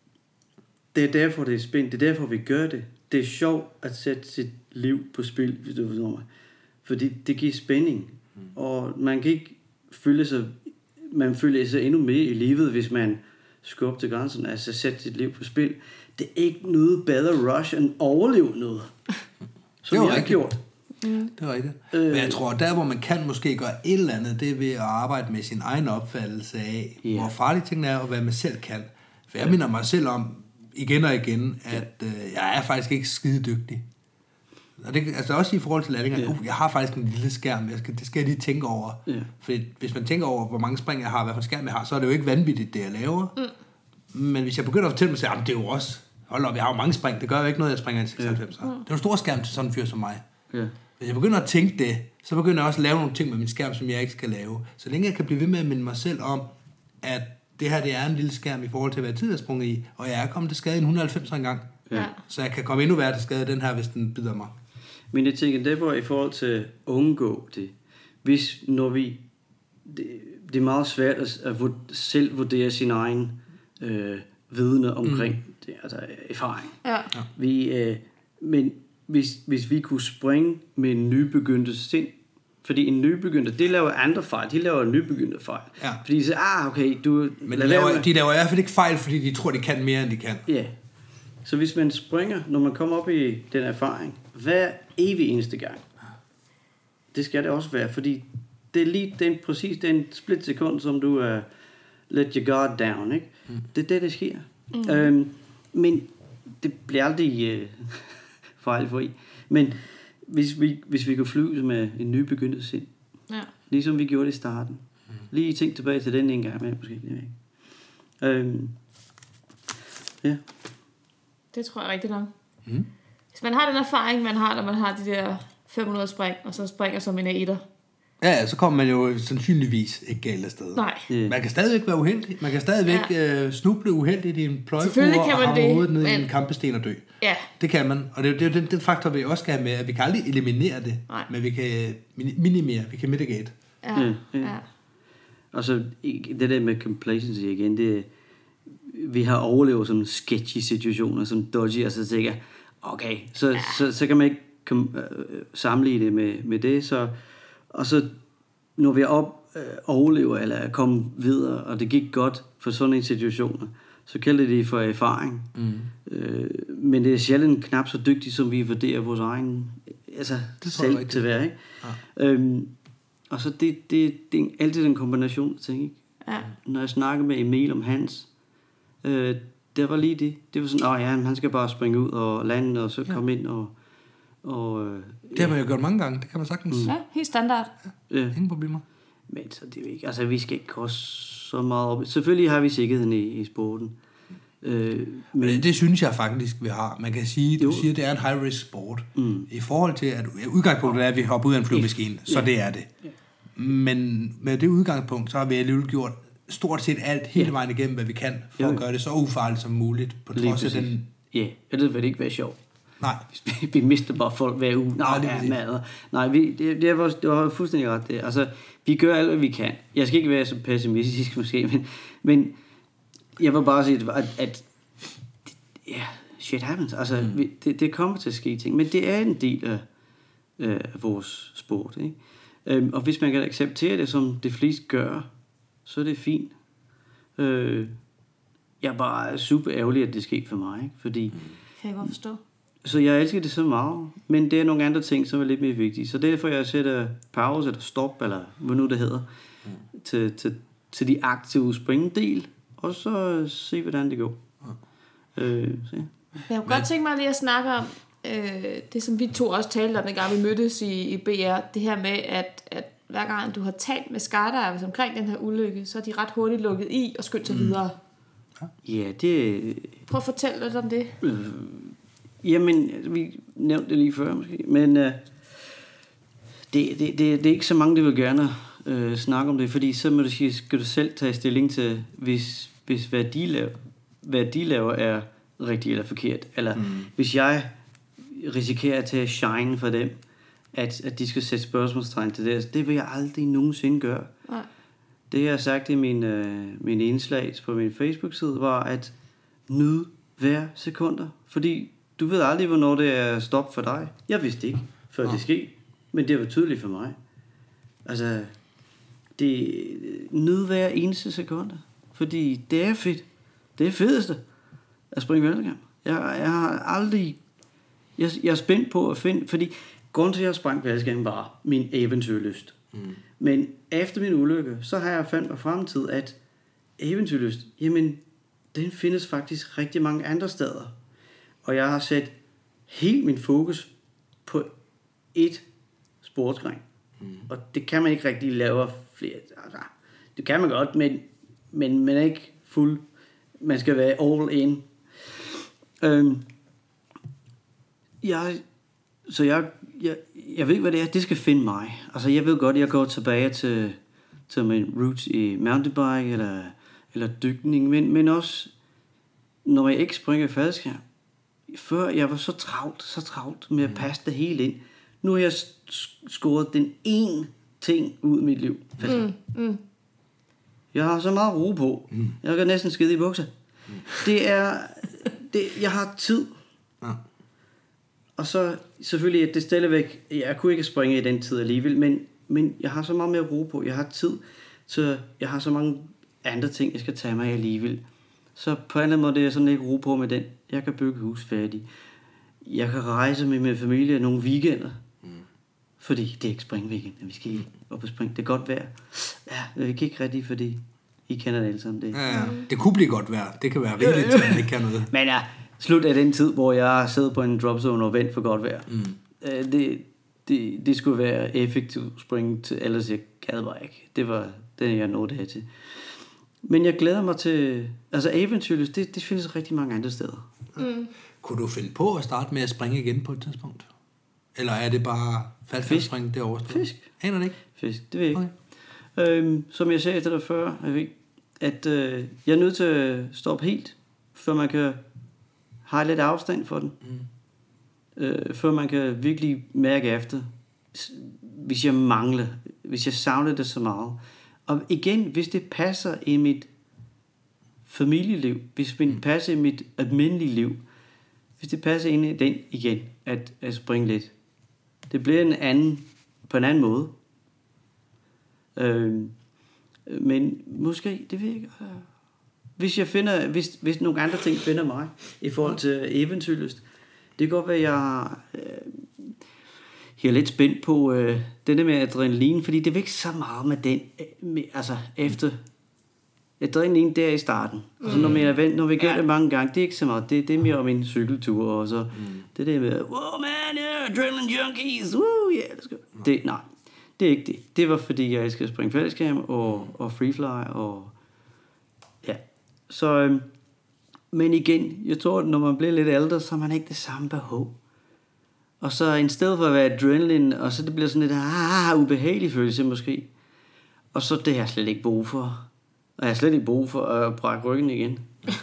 det er derfor, det er spændt. Det er derfor, vi gør det. Det er sjovt at sætte sit liv på spil, hvis du forstår mig. Fordi det giver spænding. Mm. Og man kan ikke føle sig, man føler sig endnu mere i livet, hvis man skal op til grænsen, altså sætte sit liv på spil. Det er ikke noget bedre rush end overleve noget. Som jeg har gjort. Mm. Det er rigtigt. Øh, Men jeg tror, der hvor man kan måske gøre et eller andet, det er ved at arbejde med sin egen opfattelse af, yeah. hvor farlige tingene er, og hvad man selv kan. For jeg minder mig selv om, igen og igen, at øh, jeg er faktisk ikke skide dygtig. Og det, altså også i forhold til landinger, yeah. uh, jeg har faktisk en lille skærm, jeg skal, det skal jeg lige tænke over. Yeah. For hvis man tænker over, hvor mange spring jeg har, hvad for en skærm jeg har, så er det jo ikke vanvittigt, det jeg laver. Mm. Men hvis jeg begynder at fortælle mig selv, at det er jo også, hold op, jeg har jo mange spring, det gør jo ikke noget, jeg springer en seksoghalvfems. Yeah. Mm. Det er jo en stor skærm til sådan en fyr som mig. Yeah. Hvis jeg begynder at tænke det, så begynder jeg også at lave nogle ting med min skærm, som jeg ikke skal lave. Så længe jeg kan blive ved med at minde mig selv om, at det her det er en lille skærm i forhold til, hvad jeg tidligere har sprunget i, og jeg er kommet til skade i et hundrede og halvfems en gang. Ja. Så jeg kan komme endnu værre til skade den her, hvis den bider mig. Men jeg tænker, det var i forhold til at undgå det. Hvis, når vi, det, det er meget svært at, at selv vurdere sin egen øh, vidne omkring mm. det, altså erfaring. Ja. Vi, øh, men hvis, hvis vi kunne springe med en nybegyndte sind, fordi en nybegynder, det laver andre fejl, de laver en nybegynder fejl. Ja. Fordi de siger, ah, okay, du... Men de laver, de laver i hvert fald ikke fejl, fordi de tror, de kan mere, end de kan. Ja. Så hvis man springer, når man kommer op i den erfaring, hver evig eneste gang, det skal det også være, fordi det er lige den, præcis den split sekund, som du er uh, let your guard down, ikke? Mm. Det er det, der sker. Mm. Øhm, men det bliver aldrig uh, fejlfri. Men hvis vi, hvis vi kunne flyve med en nybegyndt sind, ja. Ligesom vi gjorde det i starten, mm. lige tænk tilbage til den en gang med, måske. Øhm, ja. Det tror jeg rigtigt nok. Mm. Hvis man har den erfaring, man har, når man har de der fem hundrede spring, og så springer som en etter. Ja, så kommer man jo sandsynligvis ikke galt afsted. Nej. Man kan stadigvæk være uheldig. Man kan stadigvæk ja. øh, snuble uheldigt i en pløjefure og hamre hovedet ned men... i en kampesten og dø. Ja. Det kan man. Og det er jo den, den faktor, vi også skal have med, at vi kan aldrig eliminere det, nej. Men vi kan minimere, vi kan mitigate. Ja. Ja. Ja. Og så det der med complacency igen, det vi har overlevet sådan sketchy situationer, som dodgy, og så tænker okay, så, ja. så, så kan man ikke kom, øh, sammenligne det med, med det, så og så når vi er op øh, overlever eller er kommet videre, og det gik godt for sådan en situation, så kalder det for erfaring. Mm. Øh, men det er sjældent knap så dygtigt, som vi vurderer vores egen altså selv til hver, ikke? Ja. Øhm, og så det, det, det er altid en kombination af ting, ikke? Ja. Når jeg snakker med Emil om Hans, øh, det var lige det. Det var sådan, åh ja, han skal bare springe ud og lande, og så ja. komme ind og... og øh, det har man jo gjort mange gange, det kan man sagtens. Mm. Ja, helt standard. Ja. Ingen problemer. Men så det er ikke, altså vi skal ikke koste så meget op. Selvfølgelig har vi sikkerheden i, i sporten. Øh, men, men det synes jeg faktisk, vi har. Man kan sige, du jo. siger, det er en high-risk sport. Mm. I forhold til, at udgangspunktet er, at vi hopper ud af en flyvemaskine, så ja. det er det. Ja. Men med det udgangspunkt, så har vi alligevel gjort stort set alt hele ja. vejen igennem, hvad vi kan, for jo. at gøre det så ufarligt som muligt, på trods af den... Ja, det vil ikke være sjovt. Nej. Vi mister bare folk hver uge. Nej, det er mad. Nej, vi, det, det, var, det var fuldstændig ret. Det. Altså, vi gør alt, hvad vi kan. Jeg skal ikke være så pessimistisk måske, men, men jeg vil bare sige, at, at yeah, shit happens. Altså, mm. vi, det, det kommer til at ske ting, men det er en del af, af vores sport. Ikke? Øhm, og hvis man kan acceptere det, som det fleste gør, så er det fint. Øh, jeg er bare super ærgerlig, at det sker for mig, ikke? Fordi... Mm. Kan jeg godt forstå. Så jeg elsker det så meget, men det er nogle andre ting, som er lidt mere vigtige. Så derfor jeg sætter pause eller stop, eller hvad nu det hedder, mm. til, til, til de aktive springdel, og så se, hvordan det går. Mm. Øh, så ja. Jeg kunne godt tænke mig lige at snakke om, øh, det som vi to også talte om, den gang vi mødtes i, i B R, det her med, at, at hver gang du har talt med skydivers omkring den her ulykke, så er de ret hurtigt lukket i og skyndt sig mm. videre. Ja, det... Prøv at fortælle lidt om det. Øh, Jamen, vi nævnte det lige før måske, men øh, det, det, det, det er ikke så mange, der vil gerne øh, snakke om det, fordi så må du sige, skal du selv tage stilling til, hvis, hvis hvad, de laver, hvad de laver er rigtigt eller forkert, eller mm. hvis jeg risikerer at tage shine for dem, at, at de skal sætte spørgsmålstegn til det, det vil jeg aldrig nogensinde gøre. Nej. Det jeg har sagt i min, øh, min indslag på min Facebook-side, var at nyde hver sekunder. Fordi du ved aldrig, hvornår det er stop for dig. Jeg vidste ikke, før ja. det skete. Men det var tydeligt for mig. Altså, det nyd hver eneste sekunder. Fordi det er fedt. Det er fedeste at springe verdenskamp. Jeg, jeg har aldrig... Jeg, jeg er spændt på at finde... Fordi grunden til, at jeg sprang verdenskamp var min eventyrlyst. Mm. Men efter min ulykke, så har jeg fandt mig fremtid, at eventyrlyst, jamen, den findes faktisk rigtig mange andre steder. Og jeg har sat helt min fokus på et sportsgren. Mm. Og det kan man ikke rigtig lave flere. Altså, det kan man godt, men, men man er ikke fuld. Man skal være all in. Øhm, jeg, så jeg, jeg, jeg ved, hvad det er. Det skal finde mig. Altså, jeg ved godt, jeg går tilbage til, til min roots i mountainbike eller, eller dykning, men, men også, når jeg ikke springer faldskærm. Før jeg var så travlt, så travlt med at passe det hele ind. Nu har jeg skåret den ene ting ud af mit liv. Mm, mm. Jeg har så meget ro på. Mm. Jeg kan næsten skide i bukser. Mm. Det er... Det, jeg har tid. Ja. Og så selvfølgelig, at det stadigvæk... Jeg kunne ikke springe i den tid alligevel, men, men jeg har så meget mere ro på. Jeg har tid til... Jeg har så mange andre ting, jeg skal tage mig alligevel. Så på en eller anden måde, det er sådan ikke ro på med den. Jeg kan bygge hus færdig. Jeg kan rejse med min familie nogle weekender. Mm. Fordi det er ikke springweekend. Vi skal ikke op og springe. Det er godt vejr. Ja, vi kan ikke rigtig, fordi I kender det alle sammen. Det. Ja, ja. Det kunne blive godt vejr. Det kan være rigeligt til, at man ikke kan noget. Men ja, slut af den tid, hvor jeg sidder på en dropzone og venter for godt vejr. Mm. Det, det, det skulle være effektivt spring til, ellers jeg gad bare ikke. Det var det, jeg nåede her til. Men jeg glæder mig til... Altså eventyrlyst, det, det findes rigtig mange andre steder. Mm. Kunne du finde på at starte med at springe igen på et tidspunkt? Eller er det bare faldskærmsspring det overstået? Fisk. Aner det ikke? Fisk, det ved jeg ikke. Okay. Øhm, som jeg sagde til dig før, jeg ved, at øh, jeg er nødt til at stoppe helt, før man kan have lidt afstand for den. Mm. Øh, før man kan virkelig mærke efter, hvis jeg mangler, hvis jeg savner det så meget. Og igen, hvis det passer i mit familieliv, hvis det mm. passer i mit almindelige liv, hvis det passer ind i den igen, at, at springe lidt. Det bliver en anden, på en anden måde. Øh, men måske, det ved jeg ikke. Hvis jeg finder, hvis, hvis nogle andre ting finder mig, i forhold til eventyrlyst, det kan godt være, at jeg, øh, jeg er lidt spændt på øh, det der med adrenalin, fordi det er ikke så meget med den, med, altså efter, adrenalin der i starten. Mm. Altså når, man, når vi gør ja. det mange gange, det er ikke så meget, det, det er mere om en cykeltur, og så mm. det der med, wow man, yeah, adrenaline junkies, woo, yeah, let's go. Mm. Det, nej, det er ikke det. Det var fordi, jeg skal springe faldskærm og, og freefly, og ja. Så, øhm, men igen, jeg tror, at når man bliver lidt ældre, så har man ikke det samme behov. Og så i stedet for at være adrenaline, og så det bliver sådan lidt, ah, ubehagelig følelse måske. Og så det har jeg slet ikke brug for. Og jeg har slet ikke brug for at brække ryggen igen.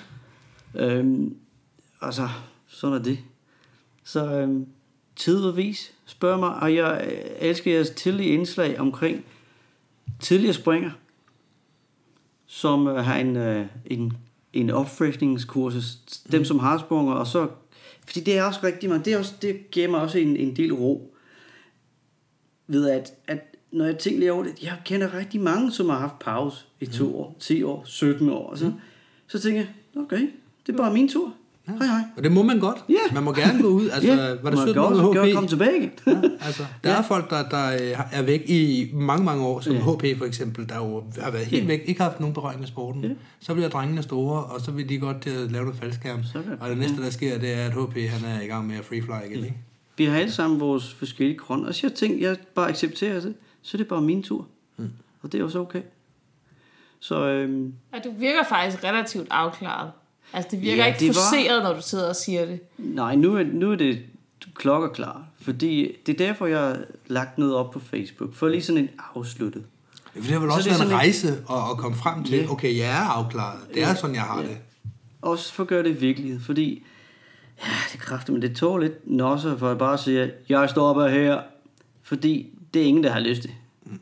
øhm, og så, sådan er det. Så øhm, tid og vis, spørg mig, og jeg elsker jeres tidlige indslag omkring tidligere springer, som øh, har en, øh, en, en opfriskningskursus, dem som har sprunget, og så, fordi det er også rigtig meget, det, er også, det giver mig også en, en del ro, ved at, at når jeg tænker lige over det, jeg kender rigtig mange, som har haft pause i to mm. år, ti år, sytten år, og så, mm. så tænker jeg, okay, det er bare min tur. Ja. Hej, hej. Og det må man godt. Yeah. Man må gerne gå ud. Altså, yeah. var det sytten år med H P? Komme tilbage igen. Ja, altså, der ja. er folk, der, der er væk i mange, mange år, som yeah. H P for eksempel, der jo har været helt yeah. væk, ikke har haft nogen berøring med sporten. Yeah. Så bliver drengene store, og så vil de godt til at lave noget faldskærm. Og det næste, der sker, det er, at H P han er i gang med at freefly igen. Ikke? Vi har alle sammen vores forskellige grund, og så jeg tænkte, jeg bare accepterer det, så det er bare min tur. Mm. Og det er også okay. Så, øhm, ja, du virker faktisk relativt afklaret. Altså det virker ja, ikke det forceret, var... når du sidder og siger det. Nej, nu er, nu er det klokkerklart. Fordi det er derfor, jeg har lagt noget op på Facebook. For lige sådan en afsluttet. Ja, for det har vel også været en rejse at, at komme frem til, ja. okay, jeg er afklaret. Det er ja. sådan, jeg har ja. det. Også for at gøre det virkelighed. Fordi, ja, det er kraftigt, men det tåler lidt nosser, for at bare sige, jeg stopper her. Fordi det er ingen, der har lyst til. Mm.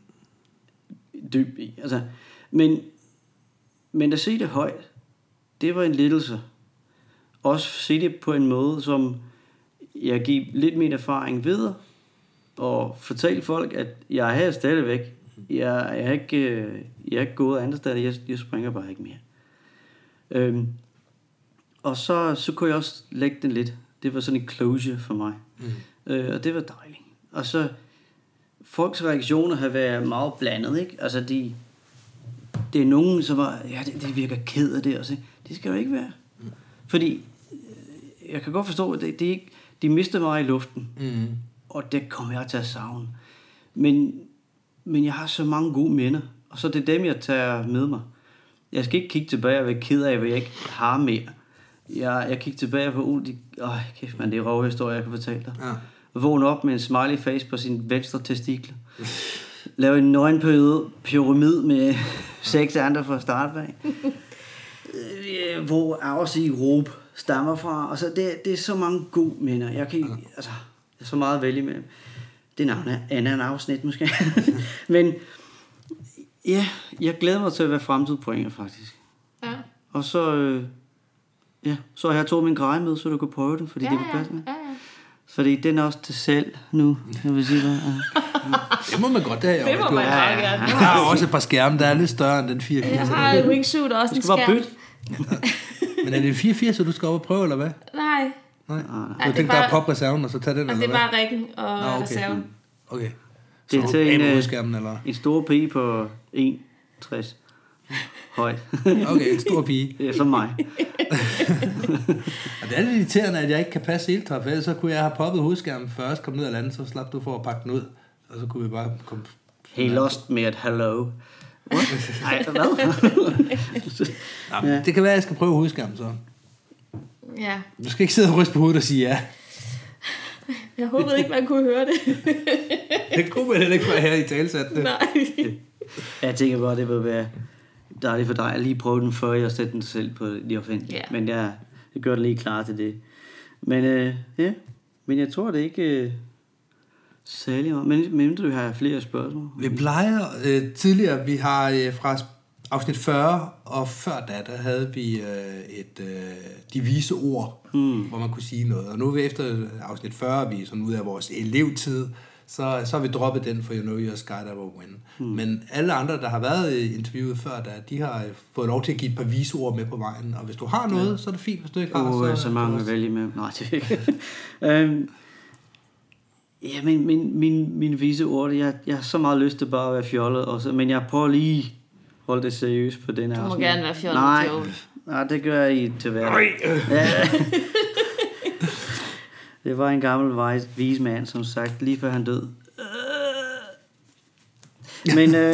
Dyb i. Altså, men, men at se det højt, det var en lettelse. også se det på en måde, som jeg giver lidt min erfaring videre, og fortælle folk, at jeg er her stadigvæk. Jeg, jeg, er, ikke, jeg er ikke gået andre steder, jeg, jeg springer bare ikke mere. Øhm, og så, så kunne jeg også lægge den lidt. Det var sådan en closure for mig. Mm. Øh, og det var dejligt. Og så, folks reaktioner har været meget blandet, ikke? Altså, de, det er nogen, som var, ja, det, det virker ked af det, og så, det skal jo ikke være. Mm. Fordi, jeg kan godt forstå, at det, det er ikke, de mister mig i luften. Mm. Og det kommer jeg til at savne. Men, men jeg har så mange gode minder, og så det er dem, jeg tager med mig. Jeg skal ikke kigge tilbage og være ked af, hvad jeg ikke har mere. Jeg, jeg kigger tilbage på, uh, de, åh, kæft man, det er røvhistorie, jeg kan fortælle dig. Ja. Vågne op med en smiley face på sin venstre testikler. Lave en nøgenpyramid med seks andre fra startbag. Hvor afsige råb stammer fra. Og så det, det er så mange gode minder. Jeg kan ikke, ja. altså, det er så meget at vælge med. Det navn er anden afsnit måske. Men ja, jeg glæder mig til at være fremtidspointer faktisk. Ja. Og så, øh, ja, så har jeg taget min grej med, så du kan prøve den, fordi ja, det er på plads med. Ja, ja. Fordi den er også til salg nu, jeg vil sige. Ja. Det må man godt, det har jeg Det må man meget gerne. Jeg har også et par skærme, der er lidt større end den fireogfirs. Jeg har en wingsuit og også en skærm. Du skal bare bytte. Men er det en fireogfirs, så du skal op og prøve, eller hvad? Nej. Nej, du tænkte bare at poppe reserven, og så tage den, eller hvad? Det er bare riggen og Nå, okay. reserven. Okay. Det er til en, eller? en stor pige på en komma tres høj. Okay, en stor pige. Det er som mig. Og det er lidt irriterende, at jeg ikke kan passe helt top, ellers så kunne jeg have poppet hovedskærmen først, komme ned ad landet, så slap du for at pakke den ud, og så kunne vi bare komme... He lost me at hello. Nej, hvad? Nå, ja. Det kan være, at jeg skal prøve hovedskærmen så. Ja. Du skal ikke sidde og ryste på hovedet og sige ja. Jeg håbede ikke, man kunne høre det. Det kunne man heller ikke være her i talsat. Det. Nej. Jeg tænker bare, det vil være dejligt for dig at lige prøve den, før jeg sætter den selv på de offentlige. Yeah. Men jeg, jeg gør det lige klar til det. Men øh, ja, men jeg tror det ikke øh, særlig meget. Men, men du har flere spørgsmål. Vi plejer øh, tidligere, vi har øh, fra afsnit fyrre og før da, der havde vi øh, et øh, de vise ord, mm. hvor man kunne sige noget. Og nu er vi efter afsnit fyrre, vi er sådan ud af vores elevtid, så, så har vi droppet den for You Know Your Skydiver Win. Mm. Men alle andre, der har været interviewet før da, de har fået lov til at give et par vise ord med på vejen. Og hvis du har noget, ja. så er det fint. Hvis du ikke har, oh, så, så mange at vælge med. Nej, det er ikke. um, ja, men min, min, min vise ord, jeg, jeg har så meget lyst til bare at være fjollet, også, men jeg prøver lige holde det seriøst på den her. Du må gerne være fjollet. Nej, nej, det gør jeg i til hverdag. Ja. Det var en gammel vis mand, som sagt, lige før han døde. Men, øh,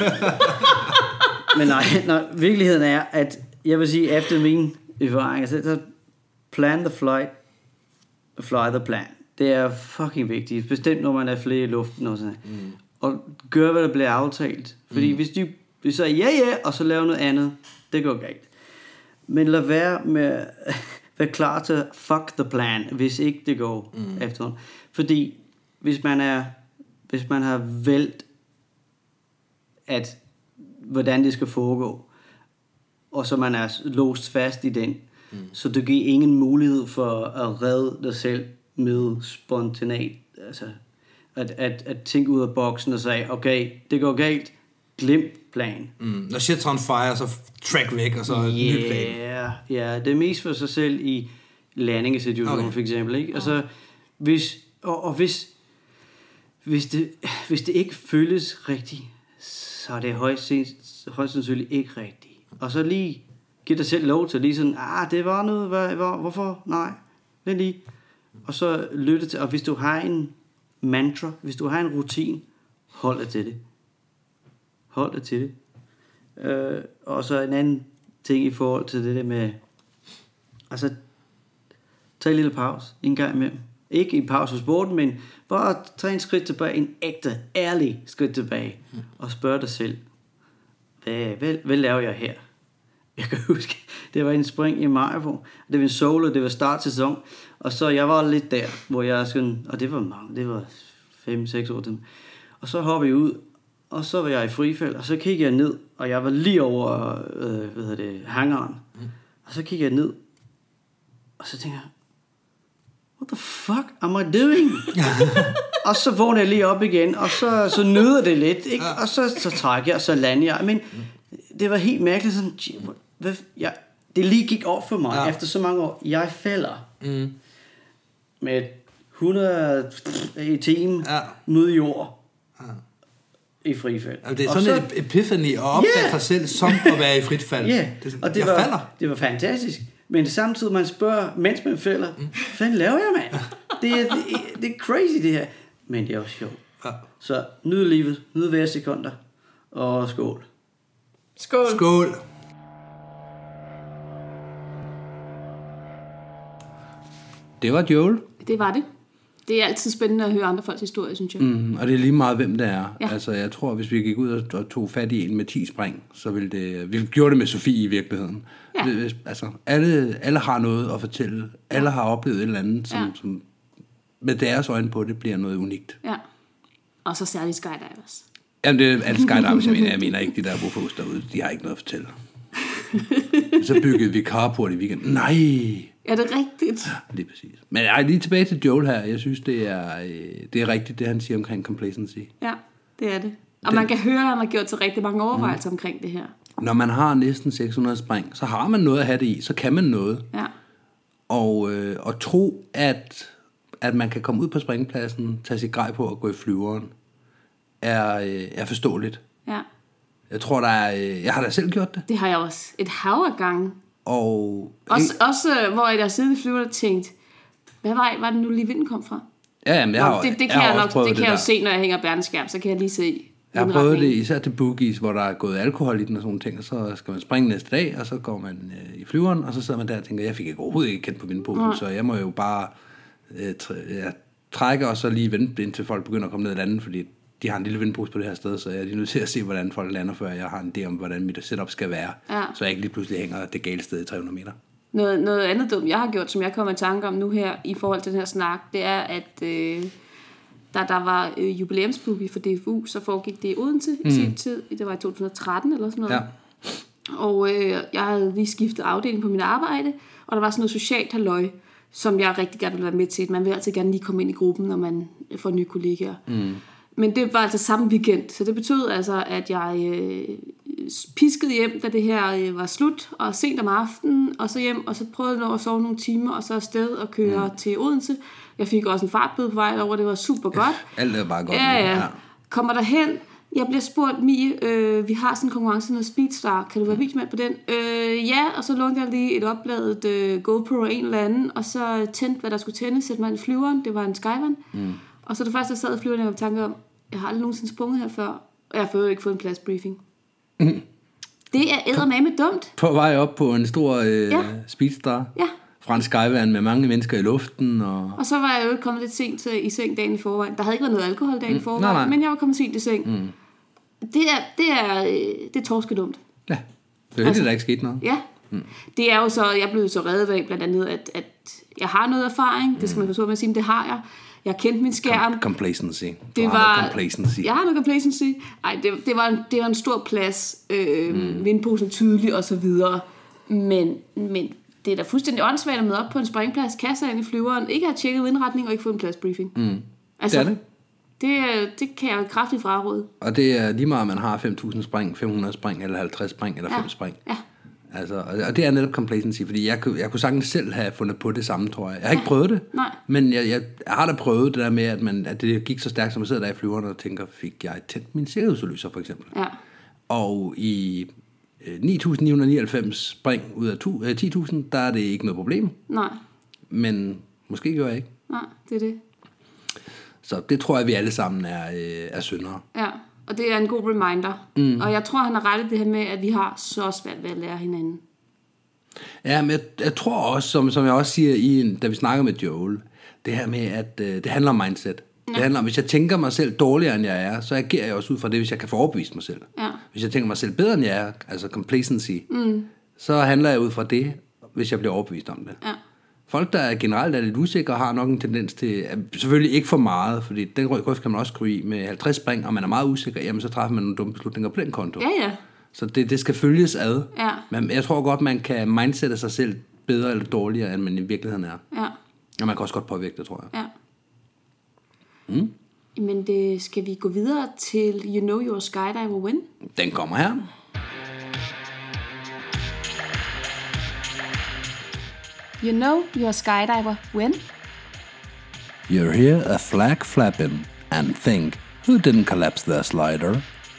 men nej, nej, virkeligheden er, at jeg vil sige, efter min erfaring, så plan the flight, fly the plan. Det er fucking vigtigt. Bestemt, når man er flere i luften og sådan. Mm. Og gør, hvad der bliver aftalt. Fordi mm. hvis du hvis så ja, ja, og så laver noget andet, det går galt. Men lad være med være klar til fuck the plan, hvis ikke det går mm. efter. Fordi hvis man er, hvis man har valgt, at hvordan det skal foregå, og så man er låst fast i den, mm. så du giver ingen mulighed for at redde dig selv med spontanat, altså at, at, at tænke ud af boksen og sige, okay, det går galt, glem plan. Mm. Når shit's on fire, så track væk, og så yeah, ny plan. Ja, det er mest for sig selv i landingesituationen, okay. for eksempel, ikke? Altså, hvis, og, og hvis, hvis, det, hvis det ikke føles rigtigt, så er det højst, højst sandsynligt ikke rigtigt. Og så lige giv dig selv lov til lige sådan, ah, det var noget, hvad, hvor, hvorfor? Nej, vent lige. Og så lytte til, og hvis du har en mantra, hvis du har en rutin, hold dig til det. Hold dig til det. Øh, og så en anden ting i forhold til det der med, altså, tag en lille pause, en gang imellem. Ikke en pause på sporten, men bare tag en skridt tilbage, en ægte, ærlig skridt tilbage, og spørg dig selv, hvad, hvad, hvad laver jeg her? Jeg kan huske, det var en spring i Maribo, det var en solo, det var startsæson, og så jeg var lidt der, hvor jeg sådan, og det var mange, det var fem seks år til, og så hoppede jeg ud, og så var jeg i frifald, og så kiggede jeg ned, og jeg var lige over, øh, hvad hedder det, hangaren, mm. og så kiggede jeg ned, Og så tænker jeg, what the fuck am I doing? Og så vågner jeg lige op igen, og så, så nyder det lidt, ikke? Og så, så trækker jeg, og så lander jeg. Men det var helt mærkeligt, sådan, hvad, jeg, det lige gik op for mig, ja. Efter så mange år. Jeg falder mm. med hundrede i timen ja. Mod jord ja. I frifald. Altså, det er sådan en epiphany at opfatte yeah. sig selv som at være i frit fald. Ja, yeah. og det jeg var, falder. Det var fantastisk. Men samtidig man spørger, mens man falder, mm. hvad fanden laver jeg, mand? Det er, det, det er crazy, det her. Men det er også sjovt. Ja. Så nyd livet, nyd hver sekunder, og skål. Skål. Skål. Det var Joel. Det var det. Det er altid spændende at høre andre folks historie, synes jeg. Mm, og det er lige meget, hvem det er. Ja. Altså, jeg tror, hvis vi gik ud og tog fat i en med ti spring, så ville det... Vi gjorde det med Sofie i virkeligheden. Ja. Det, altså, alle, alle har noget at fortælle. Alle har oplevet et eller andet, som, ja. som med deres øjne på det bliver noget unikt. Ja. Og så særligt skydivers. Jamen, det er alle skydivers, jeg mener. Jeg mener ikke, de der bofos derude, de har ikke noget at fortælle. Så byggede vi carport i weekenden. Nej! Er det rigtigt? Ja, lige præcis. Men ej, lige tilbage til Joel her. Jeg synes, det er, det er rigtigt, det han siger omkring complacency. Ja, det er det. Og den, man kan høre, at han har gjort sig rigtig mange overvejelser mm. omkring det her. Når man har næsten seks hundrede spring, så har man noget at have det i. Så kan man noget. Ja. Og, øh, og tro, at, at man kan komme ud på springpladsen, tage sit grej på og gå i flyveren, er, øh, er forståeligt. Ja. Jeg tror, der er... Jeg har da selv gjort det. Det har jeg også. Et hav af gange. Og... Også, også hvor jeg der sidder i flyveren og tænkt, hvad vej var det nu lige vinden kom fra? Ja, jamen, jeg har, det, det kan jeg, jeg nok, det kan det jeg jo se, når jeg hænger bærneskærm, så kan jeg lige se. Jeg har prøvet det især til boogies, hvor der er gået alkohol i den og sådan ting, og så skal man springe næste dag, og så går man øh, i flyveren, og så sidder man der og tænker, jeg fik ikke overhovedet ikke kendt på vindposen, mm. så jeg må jo bare øh, tr- ja, trække og så lige vente, indtil folk begynder at komme ned i landet, fordi de har en lille vindpose på det her sted, så jeg er lige nødt til at se, hvordan folk lander, før jeg har en idé om, hvordan mit setup skal være, ja. Så jeg ikke lige pludselig hænger det gale sted i tre hundrede meter. Noget, noget andet dumt, jeg har gjort, som jeg kommer i tanke om nu her, i forhold til den her snak, det er, at øh, da der var øh, jubilæumsboogie for D F U, så foregik det i Odense mm. i sin tid, det var i to tusind og tretten eller sådan noget. Ja. Og øh, jeg havde lige skiftet afdeling på mit arbejde, og der var sådan noget socialt halløj, som jeg rigtig gerne ville være med til. Man vil altid gerne lige komme ind i gruppen, når man får nye kollegaer. Mm. Men det var altså samme weekend, så det betød altså, at jeg øh, piskede hjem, da det her øh, var slut, og sent om aftenen, og så hjem, og så prøvede jeg at sove nogle timer, og så afsted og køre mm. til Odense. Jeg fik også en fartbøde på vej over, det var super godt. Ja, alt er bare godt. Ja, ja. Kommer derhen, jeg bliver spurgt, Mie, øh, vi har sådan en konkurrence, noget Speedstar, kan du være videomand på den? Øh, ja, og så lånte jeg lige et opladet øh, GoPro af en eller anden, og så tændte, hvad der skulle tændes, sætte mig i flyveren, det var en Skyvan. Mm. Og så det første, jeg sad i flyveren, jeg var tanke om, jeg har aldrig nogensinde sprunget her før, og jeg har fået ikke fået en pladsbriefing. Mm. Det er eddermame dumt. På vej op på en stor øh, ja. Speedstar. Ja. Fra en Skyvan med mange mennesker i luften. Og, og så var jeg jo kommet lidt sent til, i seng dagen i forvejen. Der havde ikke været noget alkohol dagen mm. i forvejen, nej, nej. Men jeg var kommet sent i seng. Mm. Det er, det er, det er torskedumt. Ja, det er altså, der ikke sket noget. Ja, mm. Det er jo så, jeg blev så reddet af blandt andet, at, at jeg har noget erfaring. Mm. Det skal man forstå med at sige, men det har jeg. Jeg kendte min skærm. Complacency. Det var complacency. Jeg har noget complacency. Ej, det, det var en, det var en stor plads. Øh, mm. Vindposen tydelig og så videre. Men, men det er da fuldstændig åndssvagt at møde op på en springplads, kasse ind i flyveren, ikke have tjekket vindretning og ikke få en pladsbriefing. Mm. Altså, det er det. Det, det kan jeg kraftigt fraråde. Og det er lige meget, om man har fem tusind spring, fem hundrede spring, eller halvtreds spring, eller ja. fem spring. Ja. Altså, og det er netop complacency, fordi jeg, jeg kunne sagtens selv have fundet på det samme, tror jeg. Jeg har ikke prøvet det, Nej. men jeg, jeg, jeg har da prøvet det der med, at, man, at det gik så stærkt, som man sidder der i flyveren og tænker, fik jeg tændt min sikkerhedsudløser for eksempel. Ja. Og i ni tusind ni hundrede nioghalvfems spring ud af ti tusind, der er det ikke noget problem. Nej. Men måske gør jeg ikke. Nej, det er det. Så det tror jeg, vi alle sammen er, øh, er syndere. Ja, og det er en god reminder. Mm. Og jeg tror, han har rettet det her med, at vi har så svært ved at lære hinanden. Ja, men jeg, jeg tror også, som, som jeg også siger, i, da vi snakker med Joel, det her med, at øh, det handler om mindset. Ja. Det handler om, hvis jeg tænker mig selv dårligere, end jeg er, så agerer jeg også ud fra det, hvis jeg kan få overbevist mig selv. Ja. Hvis jeg tænker mig selv bedre, end jeg er, altså complacency, mm. så handler jeg ud fra det, hvis jeg bliver overbevist om det. Ja. Folk, der generelt er lidt usikre, har nok en tendens til, selvfølgelig ikke for meget, fordi den grøft kan man også krybe i med halvtreds spring, og man er meget usikker, jamen så træffer man nogle dumme beslutninger på den konto. Ja, ja. Så det, det skal følges ad. Ja. Men jeg tror godt, man kan mindsette sig selv bedre eller dårligere, end man i virkeligheden er. Ja. Og man kan også godt påvirke det, tror jeg. Ja. Mm. Men det, skal vi gå videre til You Know Your Skydiver When? Den kommer her. You know your skydiver when? You hear a flag flapping and think, who didn't collapse their slider?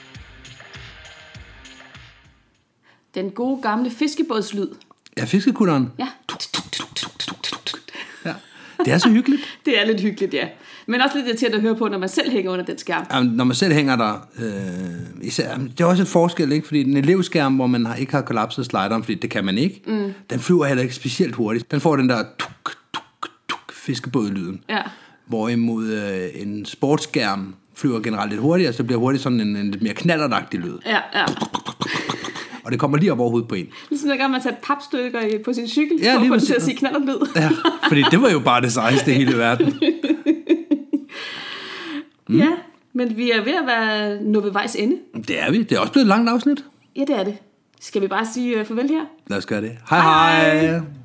Den gode gamle fiskebådslyd. Ja, fiskekutteren. Ja. Ja. Det er så hyggeligt. Det er lidt hyggeligt, ja. Men også lidt irriterende at høre på, når man selv hænger under den skærm. Jamen, når man selv hænger der, øh, især, det er også et forskel, ikke? Fordi den elevskærm, hvor man har, ikke har kollapset slideren, fordi det kan man ikke, mm. den flyver heller ikke specielt hurtigt. Den får den der tuk, tuk, tuk, fiskebådlyden. Ja. Hvorimod øh, en sportsskærm flyver generelt lidt hurtigere, så det bliver hurtigt sådan en, en lidt mere knallertagtig lyd. Ja, ja. Og det kommer lige op over hovedet på en. Ligesom når man satte papstykker på sin cykel, ja, for at få det til at sige knallerlyd. Ja, fordi det var jo bare det sejeste i hele verden. Mm. Ja, men vi er ved at være nået ved vejs ende. Det er vi. Det er også blevet et langt afsnit. Ja, det er det. Skal vi bare sige uh, farvel her? Lad os gøre det. Hej hej! hej.